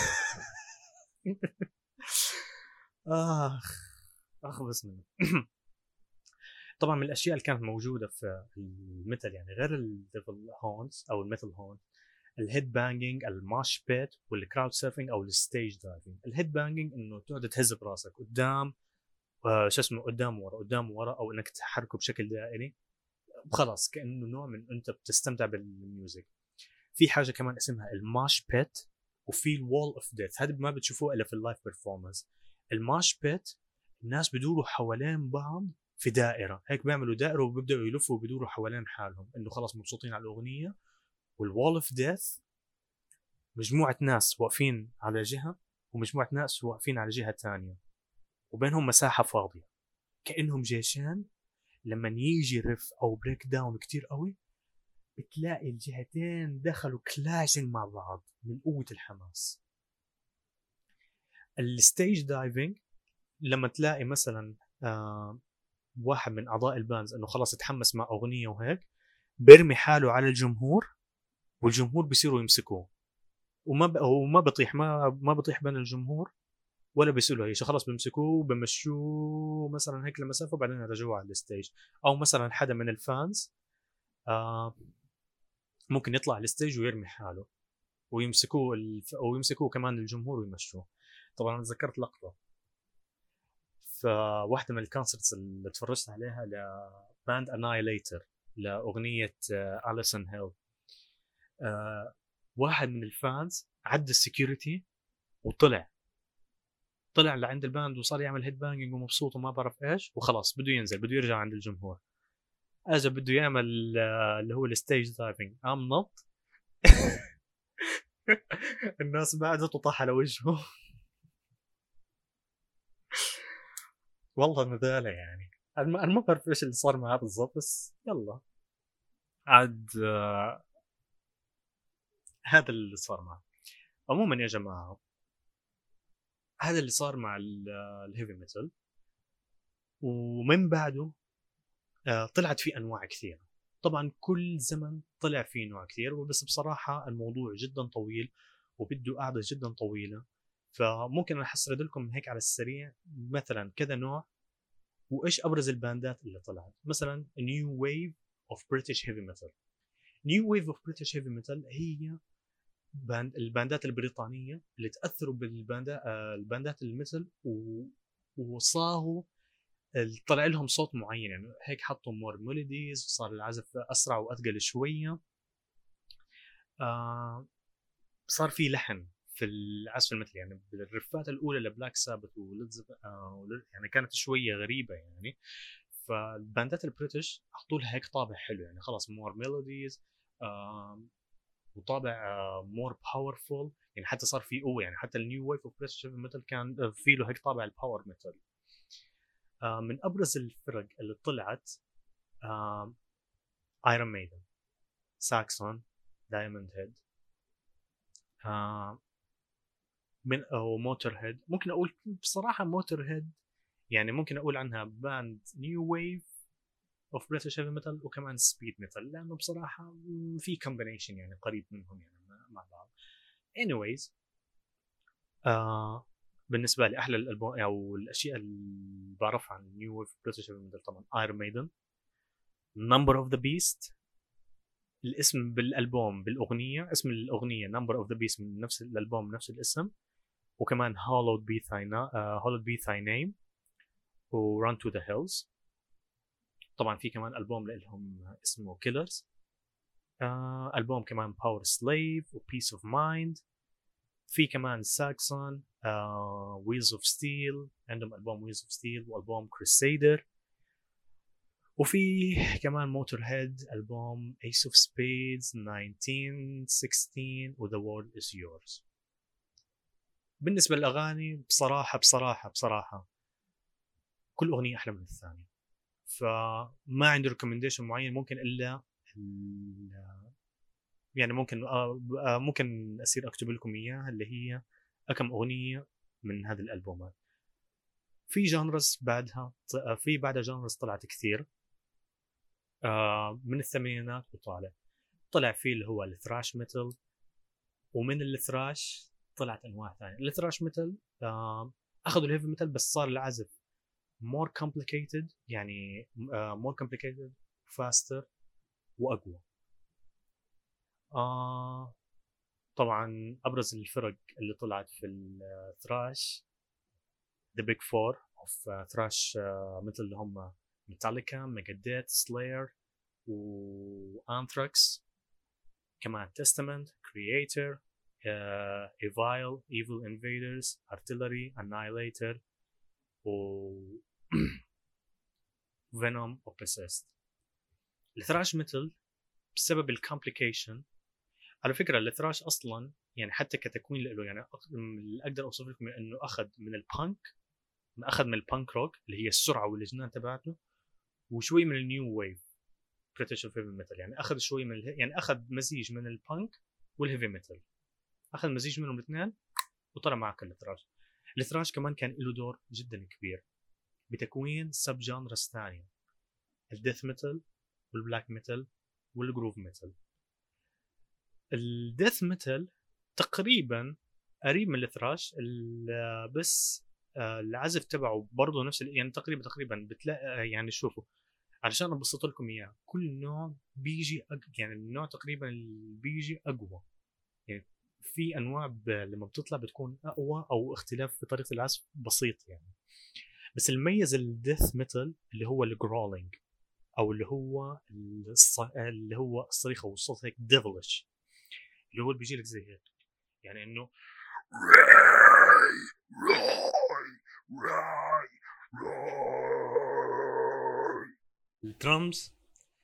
اخ اخبص منه. طبعا من الاشياء اللي كانت موجوده في الميتال يعني غير الديفل هونز او الميتال هونز، الهيد بانجينج، الماش بيت، والكراود سيرفينج او الستيج دايفنج. الهيد بانجينج انه تقعد تهز براسك قدام، آه شو اسمه، قدام ورا قدام ورا، او انك تحركه بشكل دائري، خلاص كانه نوع من انت بتستمتع بالميوزك. في حاجه كمان اسمها الماش بيت، وفي الوول اوف ديث، هذا ما بتشوفوه الا في اللايف بيرفورمانس. الماش بيت الناس بدوروا حوالين بعض في دائره هيك، بيعملوا دائره وبيبداوا يلفوا وبيدوروا حوالين حالهم انه خلاص مبسوطين على الاغنيه. والوول اوف ديث مجموعه ناس واقفين على جهه، ومجموعه ناس واقفين على جهه ثانيه، وبينهم مساحه فاضيه، كانهم جيشين. لما يجي ريف او بريك داون كتير قوي، بتلاقي الجهتين دخلوا كلاشنج مع بعض من قوة الحماس. الستيج دايفنج لما تلاقي مثلا آه واحد من اعضاء الباندز انه خلاص اتحمس مع اغنيه وهيك، بيرمي حاله على الجمهور، والجمهور بيصيروا يمسكوه، وما ب... وما بطيح ما ما بطيح بين الجمهور ولا بيسوي له شيء، خلاص بيمسكوه وبمشوه مثلا هيك لمسافه، وبعدين يرجعوه على الستيج. او مثلا حدا من الفانز آه ممكن يطلع على الستيج ويرمي حاله، ويمسكوه الف... ويمسكوه كمان الجمهور ويمشوه. طبعا انا ذكرت لقطه فواحده من الكونسرتس اللي تفرجت عليها لباند انايليتر، لاغنيه اليسون هيل. آه واحد من الفانز عدى السكيورتي وطلع طلع لعند الباند وصار يعمل هيد بانجينج ومبسوط وما بعرف ايش، وخلاص بده ينزل بده يرجع عند الجمهور. اجى بده يعمل آه اللي هو الستيج دايفنج، قام نط. الناس بعدت وطاح على وجهه. والله نذالة يعني. انا ما بعرف ايش اللي صار معاه بالضبط، بس يلا عاد آه هذا اللي صار معه. عموما يا جماعه، هذا اللي صار مع الهيفي ميتال. ومن بعده آه طلعت في انواع كثيره. طبعا كل زمن طلع فيه نوع كثير، بس بصراحه الموضوع جدا طويل وبده قعده جدا طويله، فممكن انا احسرد لكم هيك على السريع مثلا كذا نوع، وايش ابرز الباندات اللي طلعت. مثلا نيو ويف اوف بريتش هيفي ميتال. نيو ويف اوف بريتش هيفي ميتال هي باند الباندات البريطانيه اللي تاثروا بالباندات آه الباندات الميتال، و... وصاروا طلع لهم صوت معين يعني هيك، حطوا مور ميلوديز، صار العزف اسرع واثقل شويه. آه صار في لحن في العزف المثلي يعني. بالرفات الاولى لبلاك سابث وليدز آه يعني كانت شويه غريبه يعني. فالباندات البريتش اعطوا لها هيك طابع حلو يعني، خلاص مور ميلوديز آه وطابع مور باورفول يعني، حتى صار في قوه يعني. حتى النيو ويف اوف بريتش ميتال كان في له هيك طابع الباور ميتال. آه من ابرز الفرق اللي طلعت ايرون ميدن، ساكسون، دايموند هيد، من او موتور هيد. ممكن اقول بصراحه موتور هيد يعني ممكن اقول عنها باند نيو ويف اوف بريتش هيفي ميتال وكمان سبيد ميتال، لانه بصراحه في كومبينيشن يعني قريب منهم يعني مع بعض. anyways آه بالنسبه لي احلى الالبوم او الاشياء اللي بعرفها عن نيو ويف بريتش هيفي ميتال طبعا ايرون ميدن، نمبر اوف ذا بيست، الاسم بالالبوم بالاغنيه، اسم الاغنيه نمبر اوف ذا بيست من نفس الالبوم نفس الاسم، وكمان هولود بي ثاي هولود بي ثاي نيم وران تو ذا هيلز. طبعا في كمان البوم لهم اسمه كيلرز، آه البوم كمان باور سليف وبيس اوف مايند، في كمان ساكسون ويلز اوف ستيل، عندهم البوم ويلز اوف ستيل والبوم كروسيدر، وفي كمان موتور هيد البوم ايس اوف سبيدز ألف وتسعمية وستة عشر و The World Is Yours. بالنسبة للأغاني بصراحة بصراحة بصراحة كل أغنية أحلى من الثانية، فما عندي ريكومنديشن معين ممكن إلا يعني ممكن آه ممكن أصير أكتب لكم إياها اللي هي كم أغنية من هذه الألبومات. في جانرز بعدها في بعدها جانرز طلعت كثير آه من الثمانينات وطالع، طلع فيه اللي هو الثراش ميتال، ومن الثراش طلعت انواع ثانيه. الثراش ميتال آه اخذوا الهيفي ميتال بس صار العزف more complicated، يعني آه more complicated faster واقوى. آه طبعا ابرز الفرق اللي طلعت في الثراش the big four of thrash مثل اللي هم ميتاليكا، ميجاديث، سلاير وانثراكس، كمان تestament، creator، uh, evil evil invaders، artillery، annihilator و venom وpossessed. الثراش ميتال بسبب الكومبليكيشن، على فكره الثراش اصلا يعني حتى كتكوين له يعني اللي اقدر اوصف لكم انه اخذ من البانك، اخذ من البانك روك اللي هي السرعه والجنان تبعته، وشوي من النيو ويف بريتش هيفي ميتال، يعني اخذ شوي من اله... يعني اخذ مزيج من البانك والهيفي ميتال، اخذ مزيج منهم الاثنين وطلع معك الثراش. الثراش كمان كان له دور جدا كبير بتكوين سب جانرز ثانيه، الديث ميتال والبلاك ميتال والجروف ميتال. الديث ميتال تقريبا قريب من الثراش بس العزف تبعه برضه نفس يعني تقريبا تقريبا بتلاقي يعني شوفوا علشان ابسط لكم اياه كل نوع بيجي أق... يعني النوع تقريبا اللي بيجي اقوى، يعني في انواع ب... لما بتطلع بتكون اقوى او اختلاف في طريقه العزف بسيط يعني. بس الميز الديث ميتال اللي هو الجرولينج او اللي هو الص... اللي هو الصريخ او الصوت هيك ديفلش اللي هو اللي بيجي لك زي هيك، يعني انه الدرمز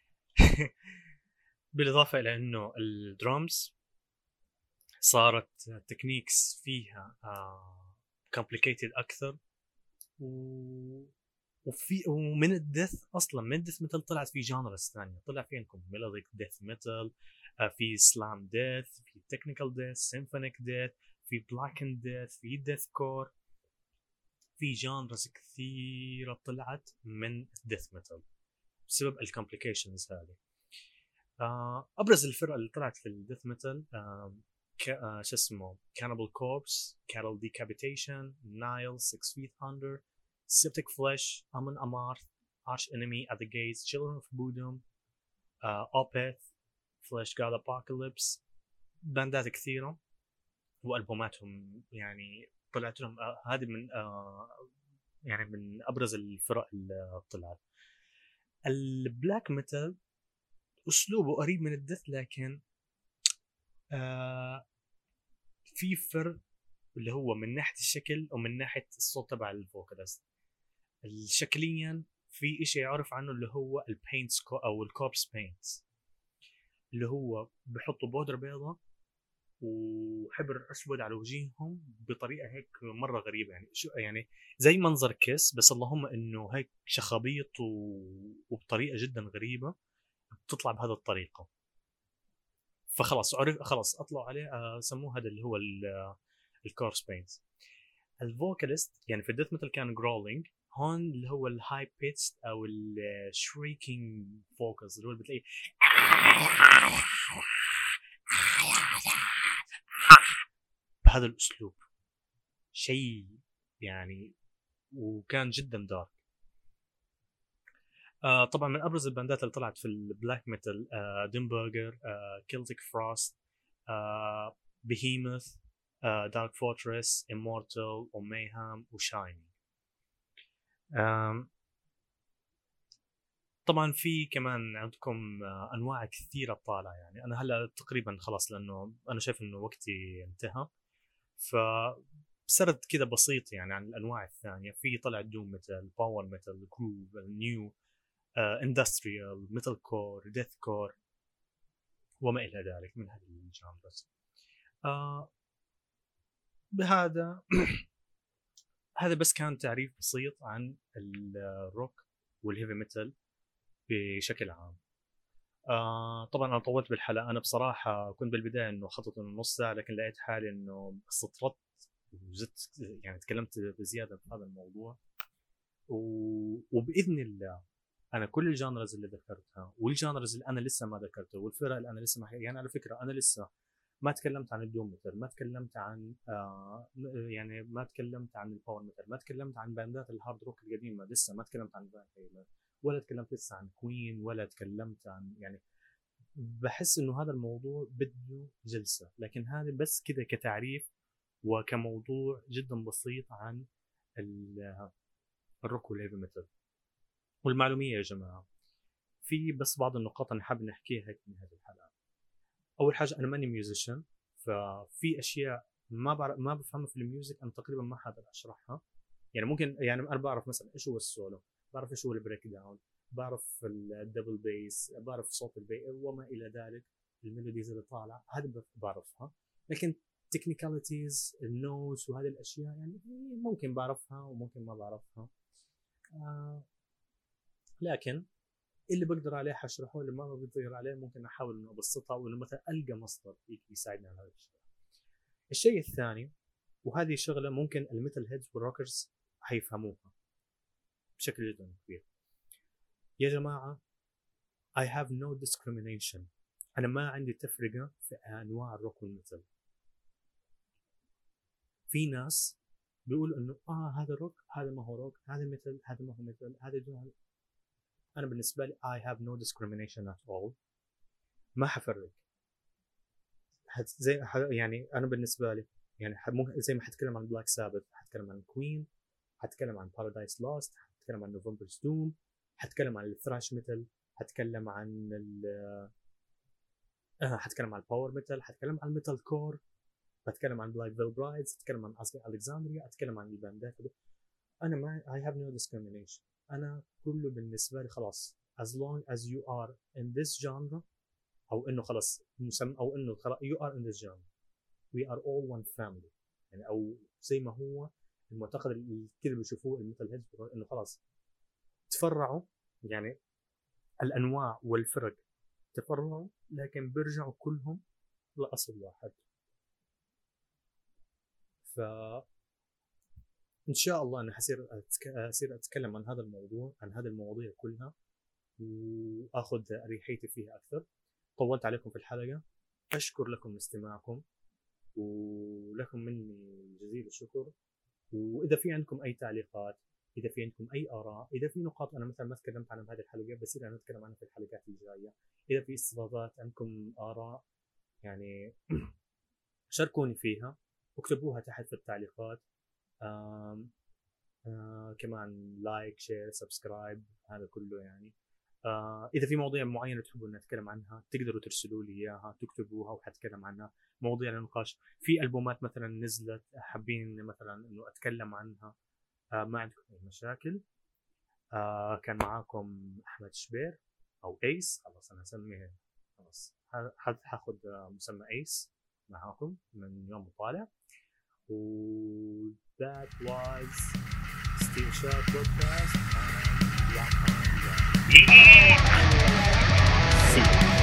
بالاضافه الى انه الدرمز صارت تكنيكس فيها كومبليكيتد uh, اكثر و... وفي ومن الديث اصلا من الديث ميتال طلعت في جانرز ثانيه، طلع في عندكم ميلوديك ديث ميتال، في سلام ديث، في تكنيكال ديث، سيمفونيك ديث، في بلاكن ديث، في ديث كور، في جانرز كثيره طلعت من الديث ميتال بسبب الكومبليكيشنز هذه. آه ابرز الفرق اللي طلعت في الديث ميتال آه آه شو اسمه كانيبال كوربس، كاتل ديكابيتيشن، نايل، سix feet under، Septic Flesh، Amon Amarth، Arch Enemy at the Gates، Children of Bodom، uh, Opeth، Flesh God Apocalypse، باندات كثيرة وألبوماتهم يعني طلعت لهم آه هذه من آه يعني من أبرز الفرق اللي طلعت. البلاك ميتال أسلوبه قريب من الدث لكن آه في فرق اللي هو من ناحية الشكل ومن ناحية الصوت تبع الفوكالست. شكليا في اشي يعرف عنه اللي هو البينتس او الكوربس بينتس اللي هو بحطوا بودرة بيضة وحبر اسود على وجيههم بطريقة هيك مرة غريبة، يعني شو يعني زي منظر كيس بس اللهم انه هيك شخابيط و... وبطريقة جدا غريبة بتطلع بهذه الطريقة. فخلاص عرف خلاص اطلعوا عليه آه سموه هذا اللي هو الكوربس بينتس. الفوكاليست يعني في الديث ميتال كان جرولينج، هون اللي هو الهاي بيتش او الشريكينج فوكس اللي هو بتلاقيه بهذا الاسلوب، شيء يعني وكان جدا دارك. آه طبعا من ابرز الباندات اللي طلعت في البلاك ميتال آه ديمبرجر، آه كيلتيك فروست، آه بيهيموث، آه دارك فورتريس، امورتال، وميهام، وشايني. آه طبعا في كمان عندكم آه انواع كثيره طالعه، يعني انا هلا تقريبا خلاص لانه انا شايف انه وقتي انتهى، فسرد كده بسيط يعني عن الانواع الثانيه. في طلع دوم ميتال، باور ميتال، جروف، نيو، اندستريال، ميتال كور، ديث كور، وما الى ذلك من هذه الجانرز. آه بهذا هذا بس كان تعريف بسيط عن الروك والهيفي ميتال بشكل عام. آه طبعا انا طولت بالحلقه، انا بصراحه كنت بالبدايه انه خطط انه نص ساعه، لكن لقيت حالي انه استطردت وزدت يعني تكلمت بزياده في هذا الموضوع. و... وباذن الله انا كل الجانرز اللي ذكرتها والجانرز اللي انا لسه ما ذكرتها والفرق اللي انا لسه ما يعني على فكره انا لسه ما تكلمت عن الدوم ميتال، ما تكلمت عن آه يعني ما تكلمت عن الباور ميتال، ما تكلمت عن باندات الهارد روك القديمه، لسه ما تكلمت عن فان هيلر، ولا تكلمت لسه عن كوين، ولا تكلمت عن يعني بحس انه هذا الموضوع بده جلسه، لكن هذا بس كده كتعريف وكموضوع جدا بسيط عن الروك والهيفي ميتال. والمعلوميه يا جماعه في بس بعض النقاط انا حابب نحكيها هيك من هذه الحلقه. اول حاجه انا ماني ميوزيشن، ففي اشياء ما بعرف ما بفهمها في الميوزك انا تقريبا ما حقدر اشرحها. يعني ممكن يعني انا بعرف مثلا ايش هو السولو، بعرف ايش هو البريك داون، بعرف الدبل بيس، بعرف صوت البي وما الى ذلك، الميلوديز اللي طالعه هذه بعرفها، لكن تكنيكاليتيز النوتس وهذه الاشياء يعني ممكن بعرفها وممكن ما بعرفها. آه لكن اللي بقدر عليه حشرحه، اللي ما بقدر عليه ممكن احاول انه ابسطها وانه مثلا القى مصدر يساعدني على هذا الشيء. الشيء الثاني، وهذه شغله ممكن الميتال هيدز والروكرز حيفهموها بشكل جدا كبير. يا جماعه I have no discrimination، انا ما عندي تفرقه في انواع الروك والميتال. في ناس بيقول انه اه هذا روك، هذا ما هو روك، هذا ميتال، هذا ما هو ميتال، هذا جوهر. انا بالنسبه لي I have no discrimination at all، ما حفرق. زي يعني انا بالنسبه لي يعني ممكن زي ما حتكلم عن بلاك سابث حتكلم عن كوين، حتكلم عن بارادايس لوست، حتكلم عن نوفمبرز دوم، حتكلم عن الثراش ميتال، حتكلم عن ال حتكلم عن الباور ميتال، حتكلم عن الميتال كور، بتكلم عن بلاك فيل برايدز، اتكلم عن الكسندريا، اتكلم عن الباندات. انا ما I have no discrimination، انا كله بالنسبه لي خلاص as long as you are in this genre، او انه خلاص مسمى او انه خلاص you are in this genre we are all one family، يعني او زي ما هو المعتقد اللي كذا بيشوفوه الميتال هيدز انه خلاص تفرعوا، يعني الانواع والفرق تفرعوا لكن بيرجعوا كلهم لاصل واحد. ف ان شاء الله انا حصير أسير اتكلم عن هذا الموضوع، عن هذه المواضيع كلها، واخذ اريحيتي فيها اكثر. طولت عليكم في الحلقه، اشكر لكم استماعكم ولكم مني جزيل الشكر. واذا في عندكم اي تعليقات، اذا في عندكم اي اراء، اذا في نقاط انا مثلا ما تكلمت عنها بهذه الحلقه بصير انا اتكلم عنها في الحلقات الجايه، اذا في استفاضات عندكم اراء يعني شاركوني فيها واكتبوها تحت في التعليقات. آم آه كمان لايك شير سبسكرايب هذا كله يعني. آه اذا في مواضيع معينه تحبوا ان اتكلم عنها تقدروا ترسلوا لي اياها تكتبوها وحتكلم عنها، مواضيع للنقاش. في البومات مثلا نزلت حابين مثلا انه اتكلم عنها، آه ما عندكم اي مشاكل. آه كان معاكم احمد شبير او ايس، خلاص انا اسميه خلاص حاخذ مسمى ايس معاكم من يوم وطالع. و that was Steel Shot Podcast and One Time. See you.